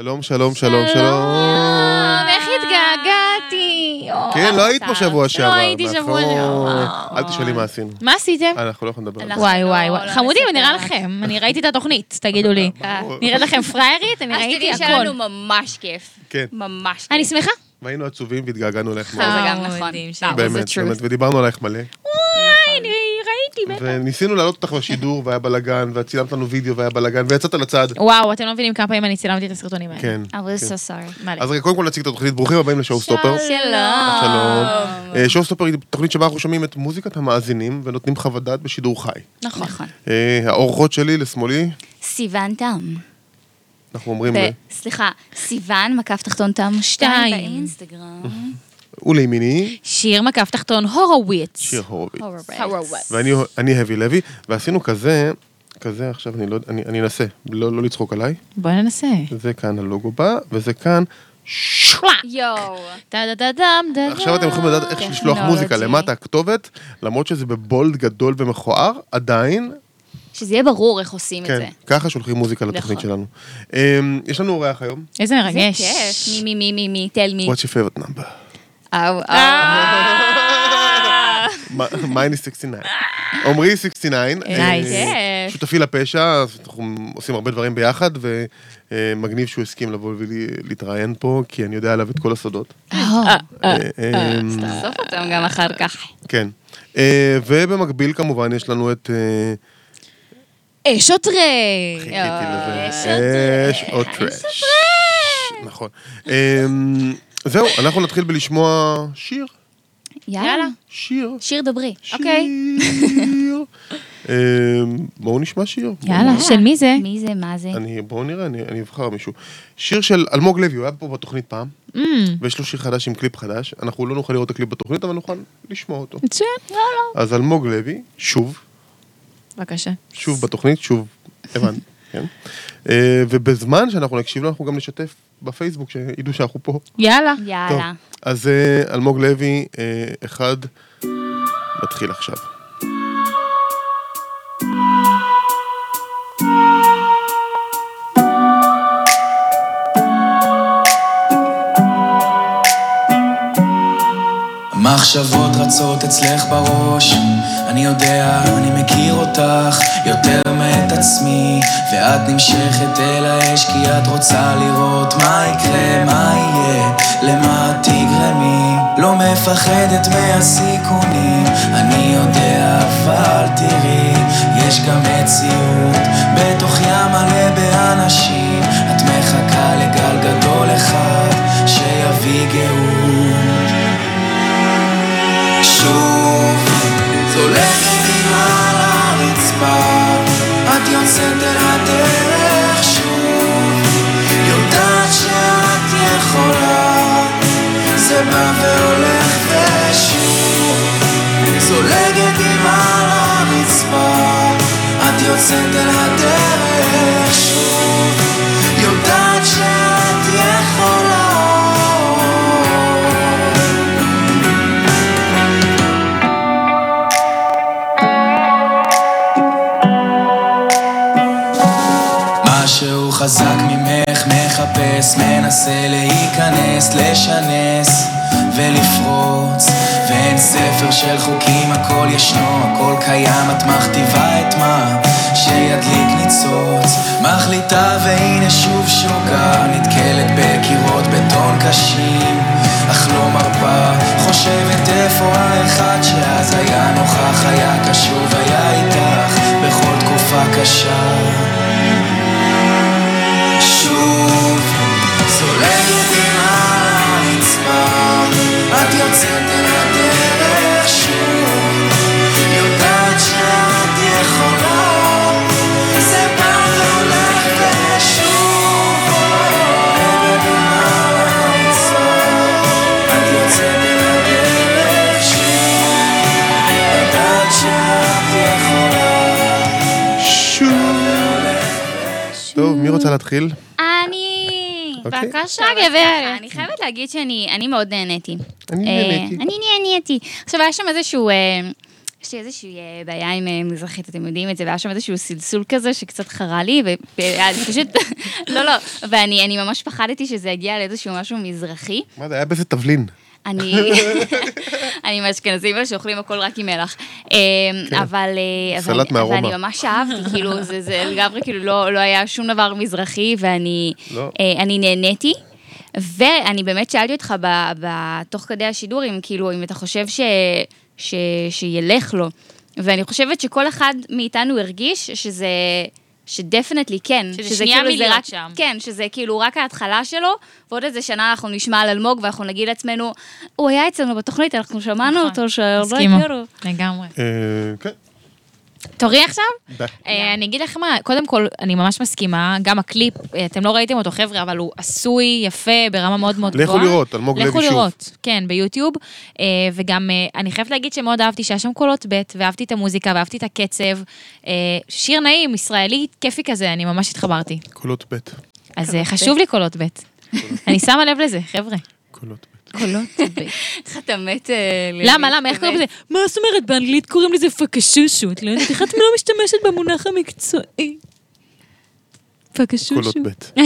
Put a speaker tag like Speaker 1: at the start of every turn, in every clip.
Speaker 1: שלום, שלום, שלום, שלום.
Speaker 2: איך התגעגעתי.
Speaker 1: כן, לא היית פה שבוע שעבר.
Speaker 2: לא הייתי שבוע שעבר.
Speaker 1: אל תשאלי מה עשינו.
Speaker 2: מה עשיתם?
Speaker 1: אנחנו לא יכולים לדבר על זה.
Speaker 2: וואי, וואי, וואי. חמודים, נראה לכם. אני ראיתי את התוכנית, תגידו לי. נראית לכם פריירית? אני ראיתי הכל.
Speaker 3: אז תראי שלנו ממש כיף.
Speaker 1: כן.
Speaker 3: ממש כיף.
Speaker 2: אני שמחה.
Speaker 1: והיינו עצובים והתגעגענו עליך.
Speaker 3: זה גם נכון.
Speaker 1: באמת, באמת, ודיברנו עלייך מלא.
Speaker 2: וואי, אני ראיתי בטח.
Speaker 1: וניסינו להעלות אותך בשידור והיה בלגן, וצילמת לנו וידאו והיה בלגן, ויצאת לצד.
Speaker 2: וואו, אתם לא מבינים כמה פעמים אני צילמתי את הסרטונים האלה.
Speaker 1: כן.
Speaker 3: I was so sorry.
Speaker 2: מלא.
Speaker 1: אז רגע, קודם כל נציג את התוכנית, ברוכים הבאים לשואו סטופר. שלום. שואו סטופר היא תוכנית שבה אנחנו שומעים את מוזיקת המאזינים, ונותנים חוות דעת בשידור חי.
Speaker 2: נכון.
Speaker 1: האורחות שלי לשמאלי,
Speaker 3: סיוון תם.
Speaker 1: אנחנו אומרים
Speaker 3: סליחה, סיוון, מקף תחתון תם 2 באינסטגרם.
Speaker 1: ולימיני,
Speaker 2: שיר מקף תחתון הורווויץ.
Speaker 1: שיר הורוביץ.
Speaker 3: הורווויץ.
Speaker 1: ואני הבי לוי, ועשינו כזה עכשיו, אני אנסה, לא לצחוק עליי.
Speaker 2: בוא ננסה.
Speaker 1: זה כאן הלוגו בא, וזה כאן,
Speaker 3: יואו.
Speaker 1: עכשיו אתם יכולים לדעת איך לשלוח מוזיקה למטה הכתובת, למרות שזה בבולד גדול ומכוער, עדיין,
Speaker 3: שזה יהיה ברור איך עושים את זה.
Speaker 1: כן, ככה שולחים מוזיקה לתוכנית שלנו. יש לנו אורח היום.
Speaker 2: איזה
Speaker 3: זה
Speaker 2: מרגש.
Speaker 3: כיף. מי, tell me.
Speaker 1: What's your favorite number? Mine is 69. עומרי 69. שותפי לפשע, אנחנו עושים הרבה דברים ביחד, ומגניב שהוא הסכים לבוא ולהתראיין פה, כי אני יודע עליו את כל הסודות.
Speaker 3: תאסוף אותם גם אחר כך.
Speaker 1: כן. ובמקביל כמובן יש לנו את...
Speaker 2: אש או טרש.
Speaker 1: חיכיתי לזה. אש או טרש. נכון. זהו, אנחנו נתחיל בלשמוע שיר.
Speaker 3: יאללה. שיר דברי. אוקיי.
Speaker 1: בואו נשמע שיר.
Speaker 2: יאללה, של מי זה?
Speaker 3: מי זה, מה זה?
Speaker 1: בואו נראה, אני אבחר מישהו. שיר של אלמוג לוי, הוא היה פה בתוכנית פעם, ויש לו שיר חדש עם קליפ חדש. אנחנו לא נוכל לראות את הקליפ בתוכנית, אבל נוכל לשמוע אותו.
Speaker 2: מצוין.
Speaker 1: אז אלמוג לוי, שוב.
Speaker 2: בבקשה.
Speaker 1: שוב בתוכנית, שוב, הבנת, כן? ובזמן שאנחנו נקשיב לו, אנחנו גם נשתף בפייסבוק, שידעו שאנחנו פה.
Speaker 2: יאללה.
Speaker 3: יאללה.
Speaker 1: אז אלמוג לוי, אחד, מתחיל עכשיו.
Speaker 4: מחשבות רצות אצלך בראש, אני יודע, אני מכיר אותך יותר מאת עצמי, ואת נמשכת אל האש כי את רוצה לראות מה יקרה, מה יהיה, למה תגרמי. לא מפחדת מהסיכונים, אני יודע, אבל תראי, יש גם מציאות בתוך ים מלא באנשים, את מחכה לגל גדול אחד שיביא גאות. שוב, זולגת עם על הרצפה, את יוצאת אל הדרך שוב, יודעת שאת יכולה, זה בא והולך ושוב, זולגת עם על הרצפה, את יוצאת אל הדרך שוב, יודעת שאת יכולה. משהו חזק ממך מחפש, מנסה להיכנס, לשנס ולפרוץ, ואין ספר של חוקים, הכל ישנו, הכל קיים, את מכתיבה את מה שידליק ניצוץ, מחליטה והנה שוב שוקה, נתקלת בקירות בטון קשים, אך לא מרפה, חושבת איפה האחד שאז היה נוכח, היה קשוב, היה איתך בכל תקופה קשה. שוב, זולגת עם הרצפה, את יוצאת אל הדרך שוב, יודעת שאת יכולה, זה בא והולך ושוב, זולגת עם הרצפה, את יוצאת אל הדרך שוב, יודעת שאת יכולה,
Speaker 1: שוב. טוב, מי רוצה להתחיל?
Speaker 3: בבקשה גברת. אני חייבת להגיד שאני מאוד נהניתי.
Speaker 1: אני נהניתי.
Speaker 3: עכשיו היה שם איזשהו יש לי איזושהי בעיה עם מזרחית, אתם יודעים את זה, והיה שם איזשהו סלסול כזה שקצת חרה לי, ופשוט, לא, ואני ממש פחדתי שזה יגיע לאיזשהו משהו מזרחי.
Speaker 1: מה זה, היה באיזה תבלין?
Speaker 3: אני מאשכנזים שאוכלים הכל רק עם מלח. אבל אני ממש אהבתי, כאילו, זה לגמרי, כאילו, לא היה שום דבר מזרחי, ואני נהניתי. ואני באמת שאלתי אותך בתוך כדי השידורים, כאילו, אם אתה חושב שילך לו. ואני חושבת שכל אחד מאיתנו הרגיש שדפנטלי כן.
Speaker 2: שזה שנייה מיליון שם.
Speaker 3: כן, שזה כאילו רק ההתחלה שלו, ועוד איזה שנה אנחנו נשמע על אלמוג, ואנחנו נגיד לעצמנו, הוא היה אצלנו בתוכנית, אנחנו שמענו אותו, שלא הכירו.
Speaker 2: לגמרי.
Speaker 1: כן.
Speaker 2: תורי עכשיו? אני אגיד לך מה, קודם כל, אני ממש מסכימה, גם הקליפ, אתם לא ראיתם אותו חבר'ה, אבל הוא עשוי, יפה, ברמה מאוד מאוד גבוהה.
Speaker 1: לכו לראות, אלמוג לוי שוב.
Speaker 2: לכו לראות, כן, ביוטיוב, וגם אני חייבת להגיד שמאוד אהבתי שהיה שם קולות ב', ואהבתי את המוזיקה, ואהבתי את הקצב, שיר נעים, ישראלי, כיפי כזה, אני ממש התחברתי.
Speaker 1: קולות ב'.
Speaker 2: אז חשוב לי קולות ב'. אני שמה לב לזה, חבר'ה.
Speaker 1: קולות ב'.
Speaker 2: קולות ב'.
Speaker 3: איך אתה מת...
Speaker 2: למה? איך קוראים לזה? מה זאת אומרת? באנגלית קוראים לזה פקשושות. לא יודעת, איך את לא משתמשת במונח המקצועי? פקשושות.
Speaker 1: קולות ב'.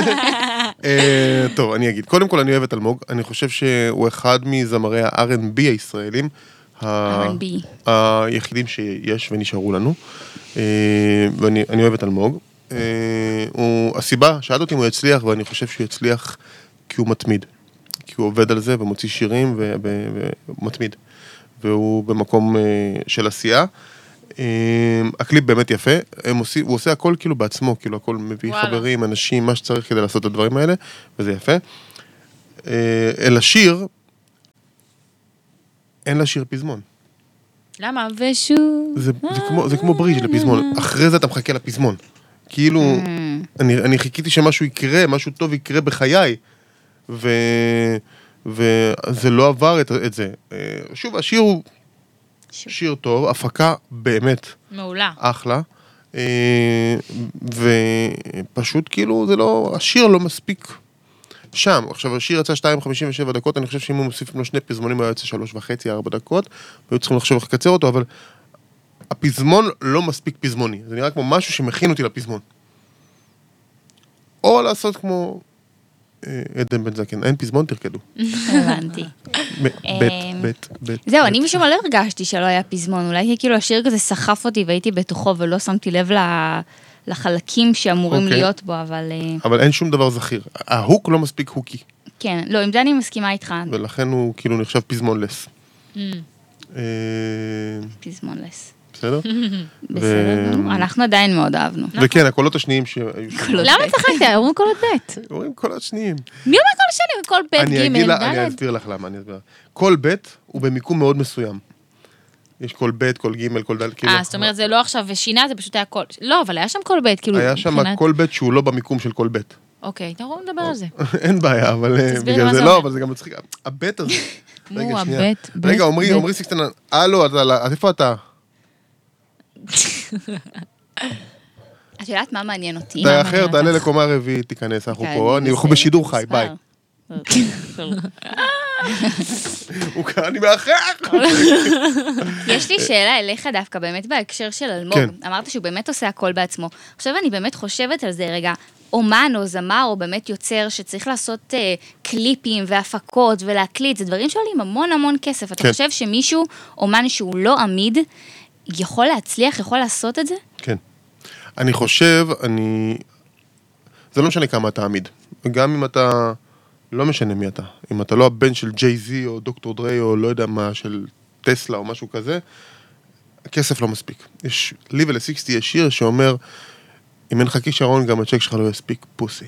Speaker 1: טוב, אני אגיד. קודם כל, אני אוהב את אלמוג. אני חושב שהוא אחד מזמרי ה-R&B הישראלים.
Speaker 3: R&B.
Speaker 1: היחידים שיש ונשארו לנו. ואני אוהב את אלמוג. הסיבה, שאלת אותי אם הוא יצליח, ואני חושב שהוא יצליח כי הוא מתמיד. כי הוא עובד על זה ומוציא שירים ומתמיד. והוא במקום של עשייה. הקליפ באמת יפה. הוא עושה הכל כאילו בעצמו, כאילו הכל מביא חברים, אנשים, מה שצריך כדי לעשות את הדברים האלה, וזה יפה. אל השיר, אין לשיר פזמון.
Speaker 2: למה? ושוב.
Speaker 1: זה כמו בריז' לפזמון. אחרי זה אתה מחכה לפזמון. כאילו, אני חיכיתי שמשהו יקרה, משהו טוב יקרה בחיי. וזה לא עבר את זה. שוב, השיר הוא שיר טוב, הפקה באמת
Speaker 2: מעולה.
Speaker 1: אחלה. ופשוט כאילו זה לא, השיר לא מספיק שם. עכשיו, השיר יצא 2:57 דקות, אני חושב שאם הוא מוסיף לו 2 פזמונים, הוא היה יוצא 3.5-4 דקות, והיו צריכים לחשוב איך לקצר אותו, אבל הפזמון לא מספיק פזמוני. זה נראה כמו משהו שמכין אותי לפזמון. או לעשות כמו עדן בן זקן, אין פזמון, תרקדו.
Speaker 3: הבנתי.
Speaker 1: בית.
Speaker 3: זהו, אני משום מה לא הרגשתי שלא היה פזמון, אולי כאילו השיר כזה סחף אותי והייתי בתוכו ולא שמתי לב לחלקים שאמורים להיות בו, אבל...
Speaker 1: אבל אין שום דבר זכיר. ההוק לא מספיק הוקי.
Speaker 3: כן, לא, עם זה אני מסכימה איתך.
Speaker 1: ולכן הוא כאילו נחשב פזמונלס.
Speaker 3: פזמונלס.
Speaker 1: בסדר?
Speaker 3: בסדר, אנחנו עדיין מאוד אהבנו.
Speaker 1: וכן, הקולות השניים
Speaker 2: למה צחקת? אומרים קולות ב'.
Speaker 1: אומרים קולות שניים.
Speaker 2: מי אומר קול שני? קול ב', ג', ד'?
Speaker 1: אני אסביר לך למה, אני אסביר. קול ב' הוא במיקום מאוד מסוים. יש קול ב', קול ג', קול ד'.
Speaker 2: זאת אומרת, זה לא עכשיו ושינה, זה פשוט היה קול... לא, אבל היה שם קול ב', כאילו...
Speaker 1: היה שם קול ב' שהוא לא במיקום של קול ב'.
Speaker 2: אוקיי, תראו, נדבר על זה.
Speaker 1: אין בעיה, אבל בגלל זה לא, אבל זה גם מצחיק. הב' הזה. רגע, עומרי סיקסטן, הלו, איפה אתה?
Speaker 3: את יודעת מה מעניין אותי?
Speaker 1: אתה אחר, תעלה לקומה רביעית, תיכנס, אנחנו פה, אנחנו בשידור חי, ביי. אני מאחר.
Speaker 3: יש לי שאלה אליך דווקא, באמת בהקשר של אלמוג. אמרת שהוא באמת עושה הכל בעצמו. עכשיו אני באמת חושבת על זה רגע, אומן או זמר או באמת יוצר שצריך לעשות קליפים והפקות ולהקליט, זה דברים שעולים המון המון כסף. אתה חושב שמישהו, אומן שהוא לא עמיד, יכול להצליח, יכול לעשות את זה?
Speaker 1: כן. אני חושב, זה לא משנה כמה אתה עמיד. גם אם אתה, לא משנה מי אתה. אם אתה לא הבן של ג'יי-זי או דוקטור דריי או לא יודע מה, של טסלה או משהו כזה, הכסף לא מספיק. לי ול-60 יש שיר שאומר, אם אין לך כישרון, גם הצ'ק שלך לא יספיק, פוסי.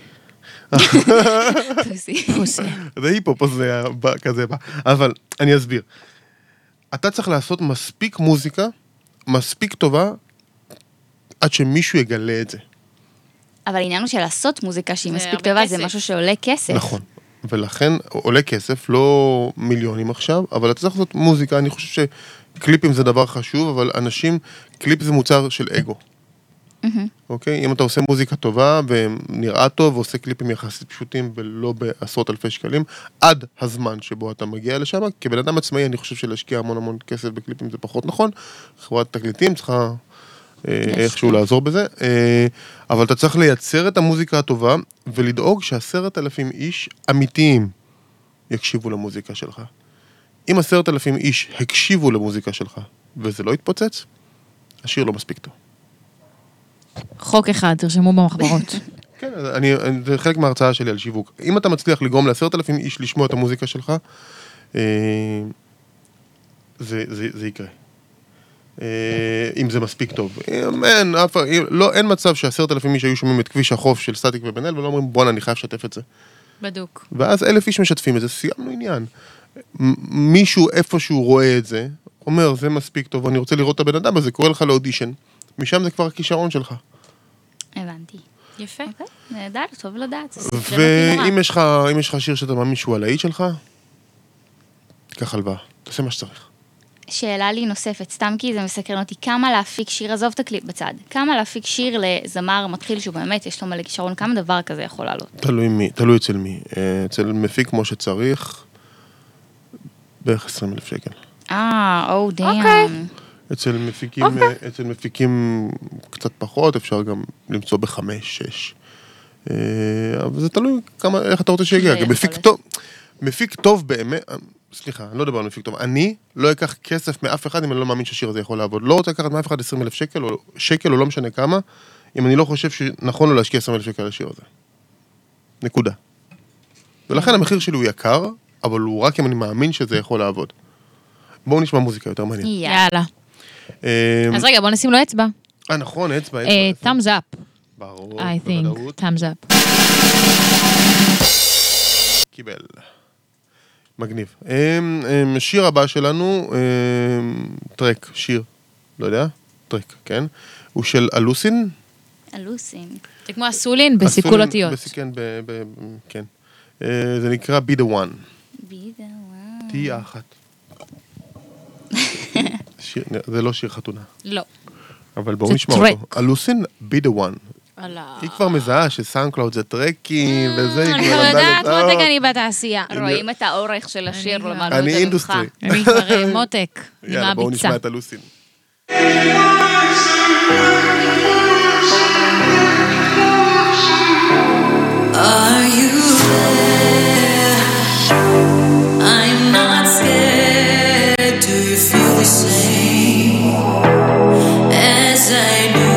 Speaker 3: פוסי.
Speaker 1: זה היפופ, זה כזה בא. אבל אני אסביר. אתה צריך לעשות מספיק מוזיקה, מספיק טובה, עד שמישהו יגלה את זה.
Speaker 3: אבל העניין הוא שלעשות מוזיקה שהיא מספיק טובה, זה משהו שעולה כסף.
Speaker 1: נכון. ולכן עולה כסף, לא מיליונים עכשיו, אבל אתה צריך לעשות מוזיקה, אני חושב שקליפים זה דבר חשוב, אבל אנשים, קליפ זה מוצר של אגו. אוקיי? אם אתה עושה מוזיקה טובה ונראה טוב ועושה קליפים יחסית פשוטים ולא בעשרות אלפי שקלים, עד הזמן שבו אתה מגיע לשם, כבן אדם עצמאי אני חושב שלהשקיע המון כסף בקליפים זה פחות נכון, חברת תקליטים צריכה איכשהו לעזור בזה, אבל אתה צריך לייצר את המוזיקה הטובה ולדאוג ש10,000 איש אמיתיים יקשיבו למוזיקה שלך. אם 10,000 איש הקשיבו למוזיקה שלך וזה לא יתפוצץ, השיר לא מספיק טוב.
Speaker 2: חוק אחד, תרשמו במחברות.
Speaker 1: כן, זה חלק מההרצאה שלי על שיווק. אם אתה מצליח לגרום ל10,000 איש לשמוע את המוזיקה שלך, זה יקרה. אם זה מספיק טוב. אין מצב ש10,000 איש היו שומעים את כביש החוף של סטטיק ובן אל, ולא אומרים, בואנה, אני חייב לשתף את זה.
Speaker 2: בדוק.
Speaker 1: ואז 1,000 איש משתפים את זה, סיימנו עניין. מישהו איפשהו רואה את זה, אומר, זה מספיק טוב, אני רוצה לראות את הבן אדם הזה, קורא לך לאודישן, משם זה כבר הכישרון שלך.
Speaker 3: הבנתי.
Speaker 2: יפה.
Speaker 3: נהדר, טוב לדעת.
Speaker 1: ואם יש לך שיר שאתה מאמין שהוא הלהיט שלך, תיקח הלוואה, תעשה מה שצריך.
Speaker 3: שאלה לי נוספת, סתם כי זה מסקרן אותי, כמה להפיק שיר, עזוב את הקליפ בצד, כמה להפיק שיר לזמר מתחיל שהוא באמת, יש לו מלא כישרון, כמה דבר כזה יכול לעלות?
Speaker 1: תלוי אצל מי. אצל מפיק כמו שצריך, בערך 20,000 שקל.
Speaker 3: דאם.
Speaker 1: אצל מפיקים קצת פחות, אפשר גם למצוא ב5, 6. אבל זה תלוי איך אתה רוצה שיגיע. גם מפיק טוב באמת, סליחה, אני לא מדבר על מפיק טוב, אני לא אקח כסף מאף אחד אם אני לא מאמין שהשיר הזה יכול לעבוד. לא רוצה לקחת מאף אחד 20,000 שקל או לא משנה כמה, אם אני לא חושב שנכון לו להשקיע 20,000 שקל לשיר הזה. נקודה. ולכן המחיר שלי הוא יקר, אבל הוא רק אם אני מאמין שזה יכול לעבוד. בואו נשמע מוזיקה יותר מעניין.
Speaker 2: יאללה. אז רגע, בואו נשים לו אצבע.
Speaker 1: נכון, אצבע.
Speaker 2: thumbs up.
Speaker 1: ברור.
Speaker 2: I think, thumbs up.
Speaker 1: קיבל. מגניב. שיר הבא שלנו, טרק, שיר, לא יודע, טרק, כן? הוא של אלוסין.
Speaker 3: אלוסין.
Speaker 2: זה כמו אסולין בסיכול אותיות.
Speaker 1: כן. זה נקרא Be the One.
Speaker 3: Be the One.
Speaker 1: תהיה אחת. זה לא שיר חתונה.
Speaker 2: לא.
Speaker 1: אבל בואו נשמע אותו. אלוסין, Be the One. היא כבר מזהה שסאונדקלאוד זה טרקים וזה.
Speaker 2: אני כבר יודעת מותק אני בתעשייה.
Speaker 3: רואים את האורך של השיר, למדנו את זה ממך.
Speaker 1: אני אינדוסטרי.
Speaker 2: אני כבר מותק.
Speaker 1: יאללה, בואו נשמע את אלוסין.
Speaker 4: Are you there? I'm not scared. Do you feel the same as I do?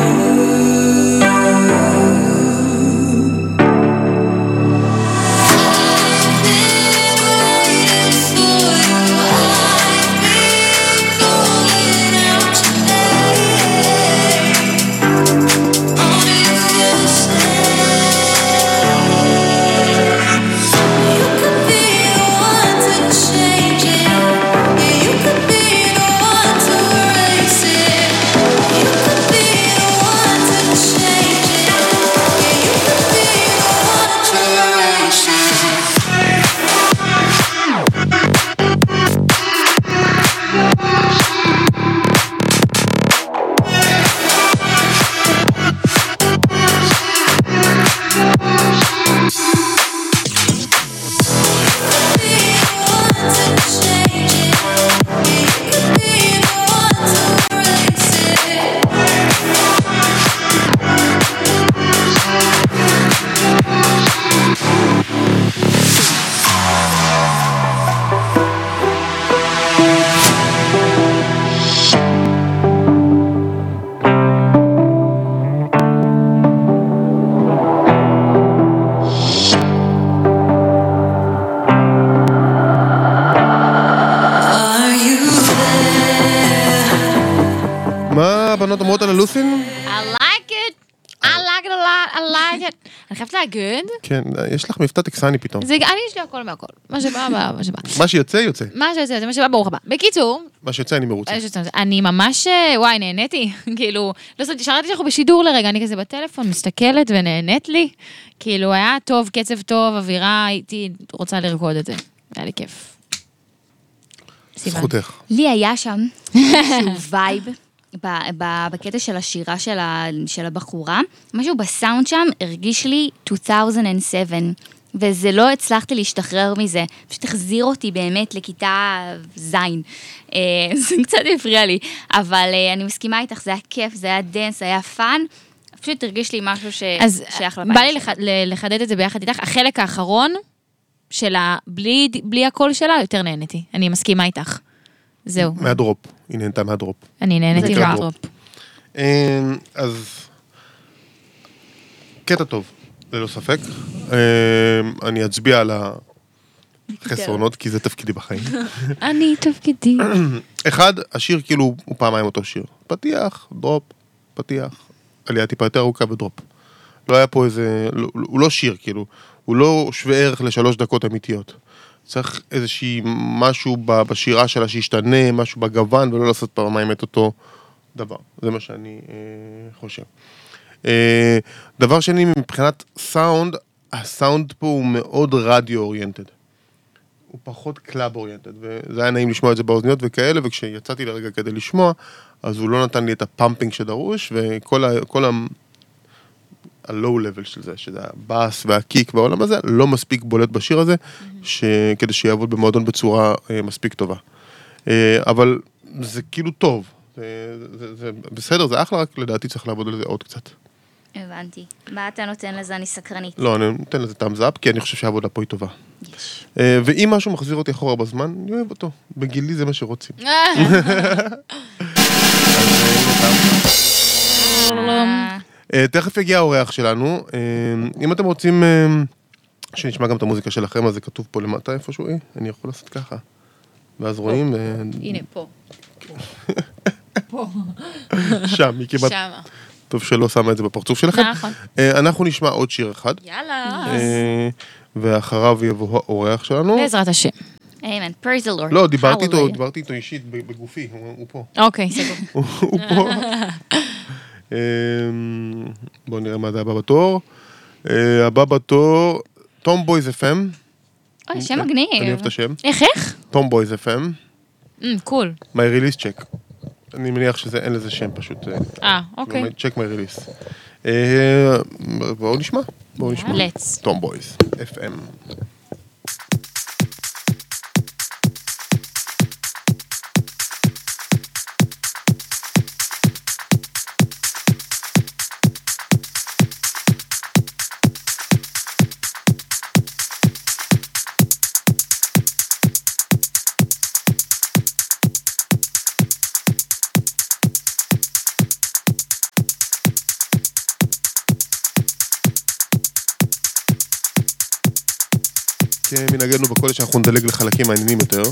Speaker 1: הבנות אומרות על אלוסין?
Speaker 3: I like it. I like it a lot. I like it. אני חייבת להגיד.
Speaker 1: כן, יש לך מבטא טקסני פתאום.
Speaker 2: אני יש לי הכל מהכל. מה שבא, מה שבא.
Speaker 1: מה שיוצא, יוצא.
Speaker 2: מה שיוצא, זה מה שבא, ברוך הבא. בקיצור.
Speaker 1: מה שיוצא, אני מרוצה.
Speaker 2: אני ממש, וואי, נהניתי. כאילו, לא סתם, שרתי שאנחנו בשידור לרגע, אני כזה בטלפון, מסתכלת ונהנית לי. כאילו, היה טוב, קצב טוב, אווירה, הייתי רוצה לרקוד את זה. היה לי כיף.
Speaker 1: זכותך.
Speaker 3: לי היה שם איזשהו וייב בקטע של השירה של הבחורה, משהו בסאונד שם הרגיש לי 2007, וזה לא הצלחתי להשתחרר מזה, פשוט החזיר אותי באמת לכיתה זין. זה קצת הפריע לי, אבל אני מסכימה איתך, זה היה כיף, זה היה דנס, זה היה פאן, פשוט הרגיש לי משהו ששייך לבית.
Speaker 2: בא לי לחדד את זה ביחד איתך, החלק האחרון שלה, בלי הקול שלה, יותר נהניתי, אני מסכימה איתך. זהו.
Speaker 1: מהדרופ, היא נהנתה מהדרופ.
Speaker 2: אני נהניתי מהדרופ.
Speaker 1: אז, קטע טוב, ללא ספק. אני אצביע על החסרונות, כי זה תפקידי בחיים.
Speaker 2: אני תפקידי.
Speaker 1: אחד, השיר כאילו הוא פעמיים אותו שיר. פתיח, דרופ, פתיח, עלייה טיפה יותר ארוכה ודרופ. לא היה פה איזה, הוא לא שיר כאילו, הוא לא שווה ערך ל3 דקות אמיתיות. צריך איזושהי משהו בשירה שלה שישתנה, משהו בגוון, ולא לעשות פעמיים את אותו דבר. זה מה שאני חושב. דבר שני, מבחינת סאונד, הסאונד פה הוא מאוד רדיו אוריינטד. הוא פחות קלאב אוריינטד, וזה היה נעים לשמוע את זה באוזניות וכאלה, וכשיצאתי לרגע כדי לשמוע, אז הוא לא נתן לי את הפאמפינג שדרוש, וכל הלואו לבל של זה, שזה הבאס והקיק והעולם הזה, לא מספיק בולט בשיר הזה, כדי שיעבוד במועדון בצורה מספיק טובה. אבל זה כאילו טוב, זה בסדר, זה אחלה, רק לדעתי צריך לעבוד על זה עוד קצת.
Speaker 3: הבנתי. מה אתה נותן לזה? אני סקרנית.
Speaker 1: לא, אני נותן לזה thumbs up, כי אני חושב שהעבודה פה היא טובה.
Speaker 3: יש.
Speaker 1: ואם משהו מחזיר אותי אחורה בזמן, אני אוהב אותו. בגילי זה מה שרוצים. תכף יגיע האורח שלנו. אם אתם רוצים שנשמע גם את המוזיקה שלכם, אז זה כתוב פה למטה איפשהו. אני יכול לעשות ככה. ואז רואים.
Speaker 2: הנה, פה. פה.
Speaker 1: שם, היא כמעט.
Speaker 2: שמה.
Speaker 1: טוב שלא שמה את זה בפרצוף שלכם.
Speaker 2: נכון.
Speaker 1: אנחנו נשמע עוד שיר אחד.
Speaker 2: יאללה.
Speaker 1: ואחריו יבוא האורח שלנו.
Speaker 2: בעזרת השם.
Speaker 3: אמן, praise the Lord.
Speaker 1: לא, דיברתי איתו אישית בגופי, הוא פה.
Speaker 2: אוקיי, סגור.
Speaker 1: הוא פה. בואו נראה מה זה הבא בתור. הבא בתור, טום בויז FM.
Speaker 3: אוי, שם מגניב.
Speaker 1: אני אוהב את השם.
Speaker 2: איך?
Speaker 1: טום בויז FM.
Speaker 2: קול.
Speaker 1: My release check. אני מניח שאין לזה שם פשוט.
Speaker 2: אוקיי.
Speaker 1: check my release. בואו נשמע.
Speaker 2: Let's.
Speaker 1: טום בויז FM. כמנהגנו בקודש שאנחנו נדלג לחלקים מעניינים יותר.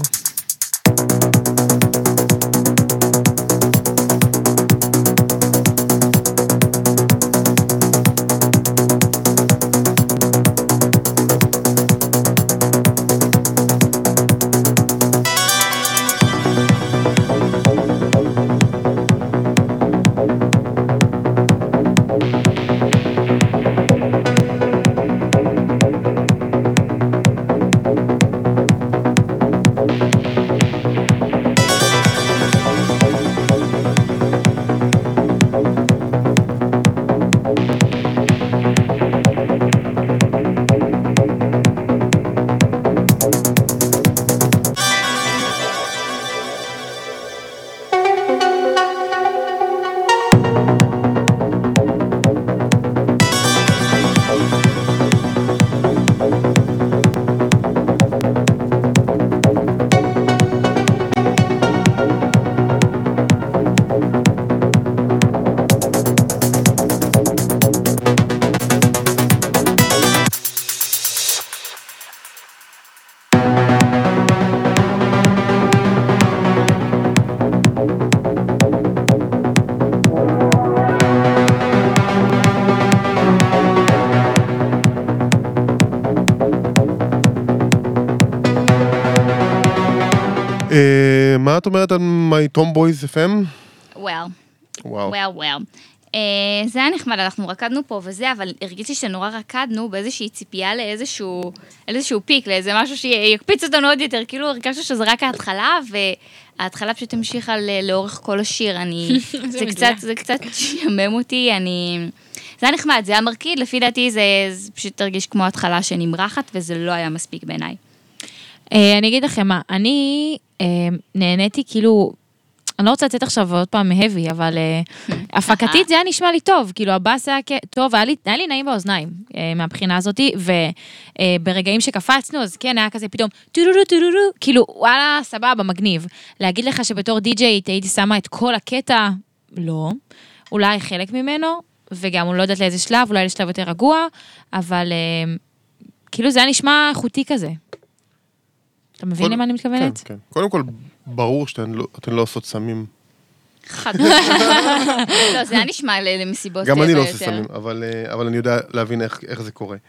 Speaker 1: מה את אומרת על My Tomboys FM?
Speaker 3: Well.
Speaker 1: וואו.
Speaker 3: Well. זה היה נחמד, אנחנו רקדנו פה וזה, אבל הרגישתי שנורא רקדנו באיזושהי ציפייה לאיזשהו פיק, לאיזה משהו שיקפיץ אותנו עוד יותר, כאילו הרגשנו שזה רק ההתחלה, וההתחלה פשוט המשיכה לאורך כל השיר, זה קצת שימם אותי, זה היה נחמד, זה היה מרקיד, לפי דעתי זה פשוט הרגיש כמו התחלה שנמרחת, וזה לא היה מספיק בעיניי.
Speaker 2: אני אגיד לכם מה, אני נהניתי כאילו, אני לא רוצה לצאת עכשיו עוד פעם מהבי, אבל הפקתית זה היה נשמע לי טוב, כאילו הבאס היה טוב, היה לי נעים באוזניים מהבחינה הזאת, וברגעים שקפצנו, אז כן, היה כזה פתאום טורuru טורuru, כאילו וואלה, סבבה, מגניב. להגיד לך שבתור די-ג'יית הייתי שמה את כל הקטע, לא, אולי חלק ממנו, וגם הוא לא יודעת לאיזה שלב, אולי לשלב יותר רגוע, אבל כאילו זה היה נשמע איכותי כזה. אתה מבין למה אני מתכוונת?
Speaker 1: כן, כן. קודם כל, ברור שאתן לא עושות סמים.
Speaker 3: חד. לא, זה היה נשמע למסיבות
Speaker 1: גם אני לא עושה סמים, אבל אני יודע להבין איך זה קורה.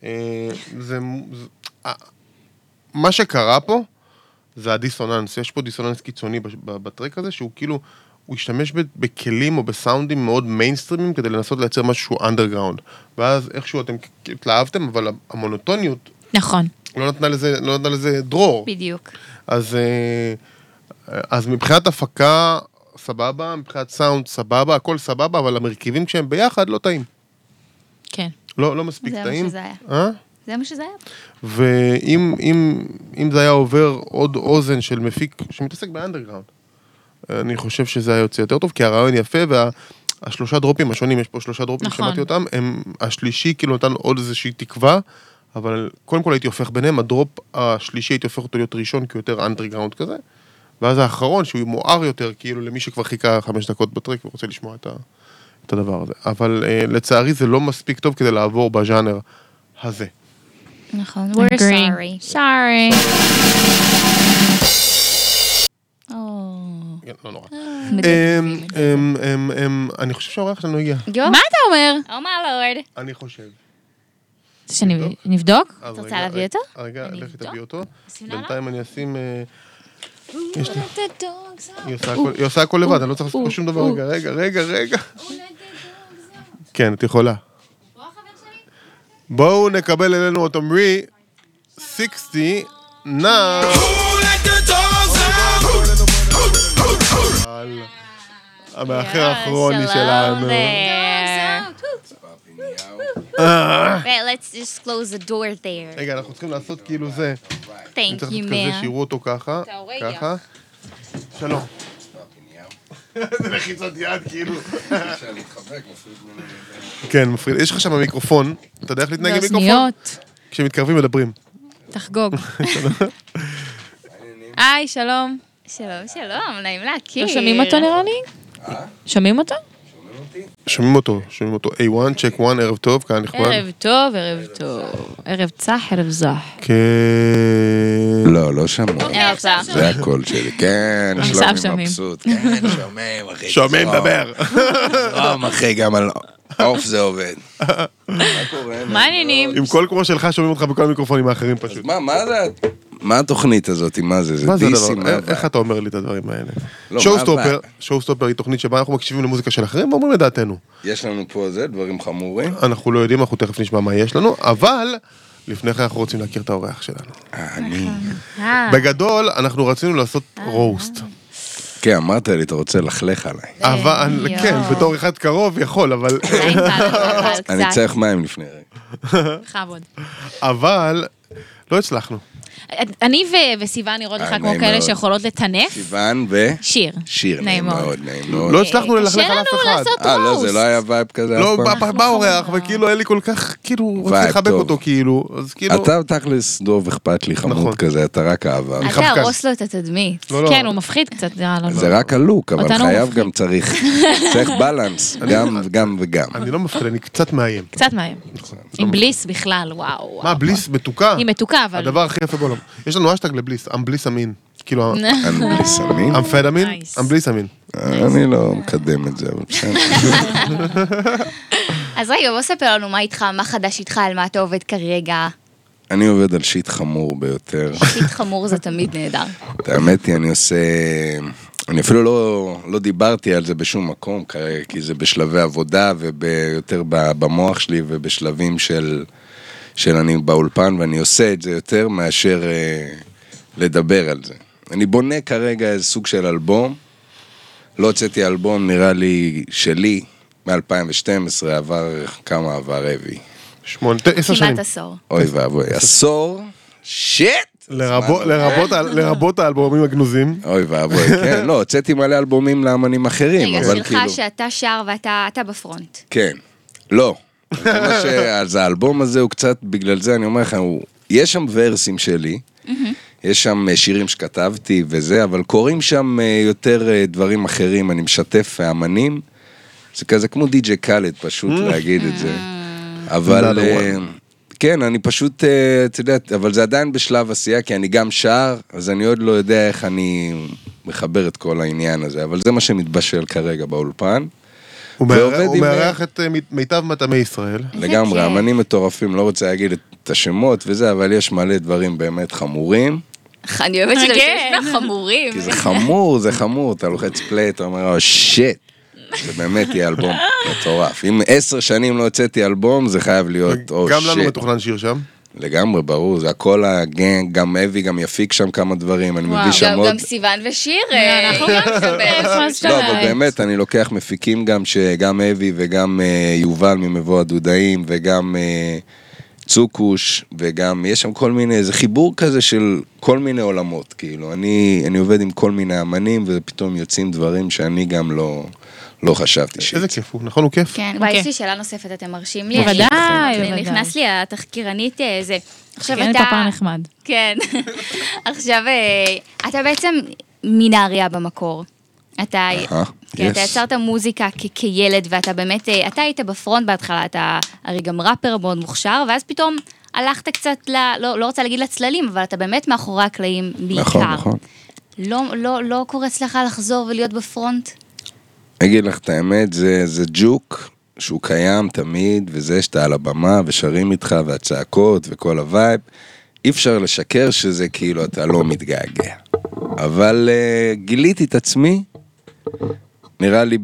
Speaker 1: מה שקרה פה, זה הדיסוננס. יש פה דיסוננס קיצוני בטרק הזה, שהוא כאילו, הוא השתמש בכלים או בסאונדים מאוד מיינסטרימים, כדי לנסות לייצר משהו אנדרגראונד. ואז איכשהו אתם התלהבתם, אבל המונוטוניות...
Speaker 2: נכון.
Speaker 1: לא נתנה לזה דרור.
Speaker 3: בדיוק.
Speaker 1: אז מבחינת הפקה, סבבה, מבחינת סאונד, סבבה, הכל סבבה, אבל המרכיבים כשהם ביחד לא טעים.
Speaker 2: כן.
Speaker 1: לא מספיק טעים.
Speaker 3: זה מה שזה היה. זה מה שזה היה.
Speaker 1: ואם זה היה עובר עוד אוזן של מפיק שמתעסק באנדרגראונד, אני חושב שזה היה יוצא יותר טוב, כי הרעיון יפה, והשלושה דרופים השונים, יש פה 3 דרופים, שמעתי אותם, השלישי כאילו נתן עוד איזושהי תקווה, אבל קודם כל הייתי הופך ביניהם, הדרופ השלישי הייתי הופך אותו להיות ראשון, כי הוא יותר אנדרגראונד כזה, ואז האחרון שהוא מואר יותר, כאילו למי שכבר חיכה 5 דקות בטרק, ורוצה לשמוע את הדבר הזה. אבל לצערי זה לא מספיק טוב כדי לעבור בז'אנר הזה.
Speaker 3: נכון, we're sorry.
Speaker 2: Sorry.
Speaker 1: לא נורא. אני חושב שהאורח שלנו הגיע.
Speaker 2: מה אתה אומר?
Speaker 3: Oh my lord.
Speaker 1: אני חושב.
Speaker 2: שנבדוק?
Speaker 3: אתה רוצה להביא אותו?
Speaker 1: רגע, לכי תביא אותו. בינתיים אני אשים... היא עושה הכל לבד, אני לא צריך לעשות פה שום דבר. רגע. כן, את יכולה. בואו נקבל אלינו את עמרי 60 now. המאחר האחרוני שלנו.
Speaker 3: Let's just close the door there.
Speaker 1: רגע, אנחנו צריכים לעשות כאילו זה.
Speaker 3: Thank you,
Speaker 1: כזה
Speaker 3: man.
Speaker 1: שיראו אותו ככה. שלום. זה לחיצות יד, כאילו.
Speaker 5: אפשר להתחבק, מפריד ממנו.
Speaker 1: כן, מפריד. יש לך שם מיקרופון. אתה יודע איך להתנהג עם מיקרופון?
Speaker 2: באוזניות.
Speaker 1: כשמתקרבים מדברים.
Speaker 2: תחגוג. היי, שלום.
Speaker 3: שלום, נעים להכיר.
Speaker 2: לא שומעים אותו נראה לי? שומעים אותו?
Speaker 1: שומעים אותו. A1, צ'ק 1, ערב טוב, כאן נכבד.
Speaker 2: ערב טוב. ערב צח, ערב זח.
Speaker 1: כן.
Speaker 5: לא שמעו. זה הקול שלי. כן, שלומי מבסוט. כן, שומעים, אחי.
Speaker 1: שומעים, דבר.
Speaker 5: אחי, גם על אוף זה עובד. מה קורה?
Speaker 2: מה העניינים?
Speaker 1: עם קול כמו שלך שומעים אותך בכל המיקרופונים האחרים פשוט.
Speaker 5: מה זה? מה התוכנית הזאת? מה זה? זה דיסים?
Speaker 1: איך אתה אומר לי את הדברים האלה? שואו סטופר היא תוכנית שבה אנחנו מקשיבים למוזיקה של אחרים ואומרים לדעתנו.
Speaker 5: יש לנו פה זה, דברים חמורים.
Speaker 1: אנחנו לא יודעים, אנחנו תכף נשמע מה יש לנו, אבל לפני כן אנחנו רוצים להכיר את האורח שלנו.
Speaker 5: אני.
Speaker 1: בגדול, אנחנו רצינו לעשות רוסט.
Speaker 5: כן, אמרת לי, אתה רוצה לחלך עליי.
Speaker 1: אבל, כן, בתור אחד קרוב יכול, אבל...
Speaker 5: אני צריך מים לפני רגע.
Speaker 2: חבוד.
Speaker 1: אבל לא הצלחנו.
Speaker 2: אני וסיוון נראות לך כמו כאלה שיכולות לטנף.
Speaker 5: סיוון
Speaker 2: שיר.
Speaker 5: שיר, נעים מאוד, נעים מאוד.
Speaker 1: לא הצלחנו ללכלך על אף אחד.
Speaker 2: קשה לנו לעשות
Speaker 5: לא,
Speaker 2: רוסט.
Speaker 5: זה לא היה וייב כזה.
Speaker 1: לא, בא אורח, וכאילו היה לי כל כך, כאילו, רוצה לחבק אותו, כאילו, אז כאילו...
Speaker 5: אתה תכלס דוב אכפת לי חמוד כזה, אתה רק אהבה.
Speaker 3: אל תהרוס לו את התדמית.
Speaker 2: כן, הוא מפחיד קצת.
Speaker 5: זה רק הלוק, אבל חייב גם צריך בלנס, גם וגם.
Speaker 1: אני לא מפחיד, אני קצת מאיים.
Speaker 2: קצת מהם. עם בליס בכלל, וואו.
Speaker 1: מה, בליס מתוקה?
Speaker 2: היא מתוקה, אבל...
Speaker 1: הדבר הכי יפה בעולם. יש לנו אשטג לבליס, אמבליס אמין. כאילו...
Speaker 5: אמבליס אמין?
Speaker 1: אמפדמין? אמבליס אמין.
Speaker 5: אני לא מקדם את זה, אבל בסדר.
Speaker 3: אז רגע, בוא ספר לנו מה איתך, מה חדש איתך, על מה אתה עובד כרגע.
Speaker 5: אני עובד על שיט חמור ביותר.
Speaker 3: שיט חמור זה תמיד נהדר.
Speaker 5: האמת היא, אני עושה אני אפילו לא דיברתי על זה בשום מקום, כי זה בשלבי עבודה ויותר במוח שלי ובשלבים של אני באולפן, ואני עושה את זה יותר מאשר לדבר על זה. אני בונה כרגע איזה סוג של אלבום, לא הוצאתי אלבום, נראה לי שלי, מ-2012, כמה עבר אבי?
Speaker 1: 10 שנים.
Speaker 3: כמעט עשור.
Speaker 5: אוי ואבוי, עשור? שיט!
Speaker 1: לרבות האלבומים הגנוזים.
Speaker 5: אוי ואבוי, כן, לא, הוצאתי מלא אלבומים לאמנים אחרים,
Speaker 3: רגע,
Speaker 5: אבל
Speaker 3: שלך
Speaker 5: כאילו...
Speaker 3: שאתה שר ואתה בפרונט.
Speaker 5: כן, לא. אז האלבום הזה הוא קצת, בגלל זה אני אומר לך, יש שם ורסים שלי, יש שם שירים שכתבתי וזה, אבל קוראים שם יותר דברים אחרים, אני משתף האמנים, זה כזה כמו די.ג'יי קאלד, פשוט להגיד את זה. אבל... כן, אני פשוט, אתה יודע, אבל זה עדיין בשלב עשייה, כי אני גם שר, אז אני עוד לא יודע איך אני מחבר את כל העניין הזה, אבל זה מה שמתבשל כרגע באולפן.
Speaker 1: הוא מארח את מיטב מטעמי ישראל.
Speaker 5: לגמרי, אמנים מטורפים, לא רוצה להגיד את השמות וזה, אבל יש מלא דברים באמת חמורים.
Speaker 3: אני אוהבת שיש לה חמורים.
Speaker 5: כי זה חמור, אתה לוחץ פליי, אתה אומר, שיט. זה באמת יהיה אלבום מטורף. אם 10 שנים לא הוצאתי אלבום, זה חייב להיות
Speaker 1: גם לנו מתוכנן שיר שם.
Speaker 5: לגמרי, ברור, זה הכל הגנג, גם אבי גם יפיק שם כמה דברים, אני מביא שם עוד...
Speaker 3: גם סיוון ושיר, אנחנו גם שם.
Speaker 5: לא, אבל באמת, אני לוקח מפיקים גם שגם אבי וגם יובל ממבוא הדודאים, וגם צוקוש, וגם יש שם כל מיני, זה חיבור כזה של כל מיני עולמות, כאילו, אני עובד עם כל מיני אמנים, ופתאום יוצאים דברים שאני גם לא חשבתי שיצא.
Speaker 1: איזה כיף הוא, נכון הוא כיף?
Speaker 3: כן, יש לי שאלה נוספת, אתם מרשים לי?
Speaker 2: בוודאי.
Speaker 3: נכנס לי התחקירנית, זה...
Speaker 2: כן, פפר נחמד.
Speaker 3: כן. עכשיו, אתה בעצם מנהריה במקור. אתה יצרת מוזיקה כילד, ואתה באמת, אתה היית בפרונט בהתחלה, אתה הרי גם ראפר מאוד מוכשר, ואז פתאום הלכת קצת, לא רוצה להגיד לצללים, אבל אתה באמת מאחורי הקלעים בעיקר.
Speaker 5: נכון.
Speaker 3: לא קורץ לך לחזור ולהיות בפרונט?
Speaker 5: אגיד לך את האמת, זה ג'וק שהוא קיים תמיד, וזה שאתה על הבמה ושרים איתך והצעקות וכל הווייב, אי אפשר לשקר שזה כאילו אתה לא מתגעגע. אבל גיליתי את עצמי, נראה לי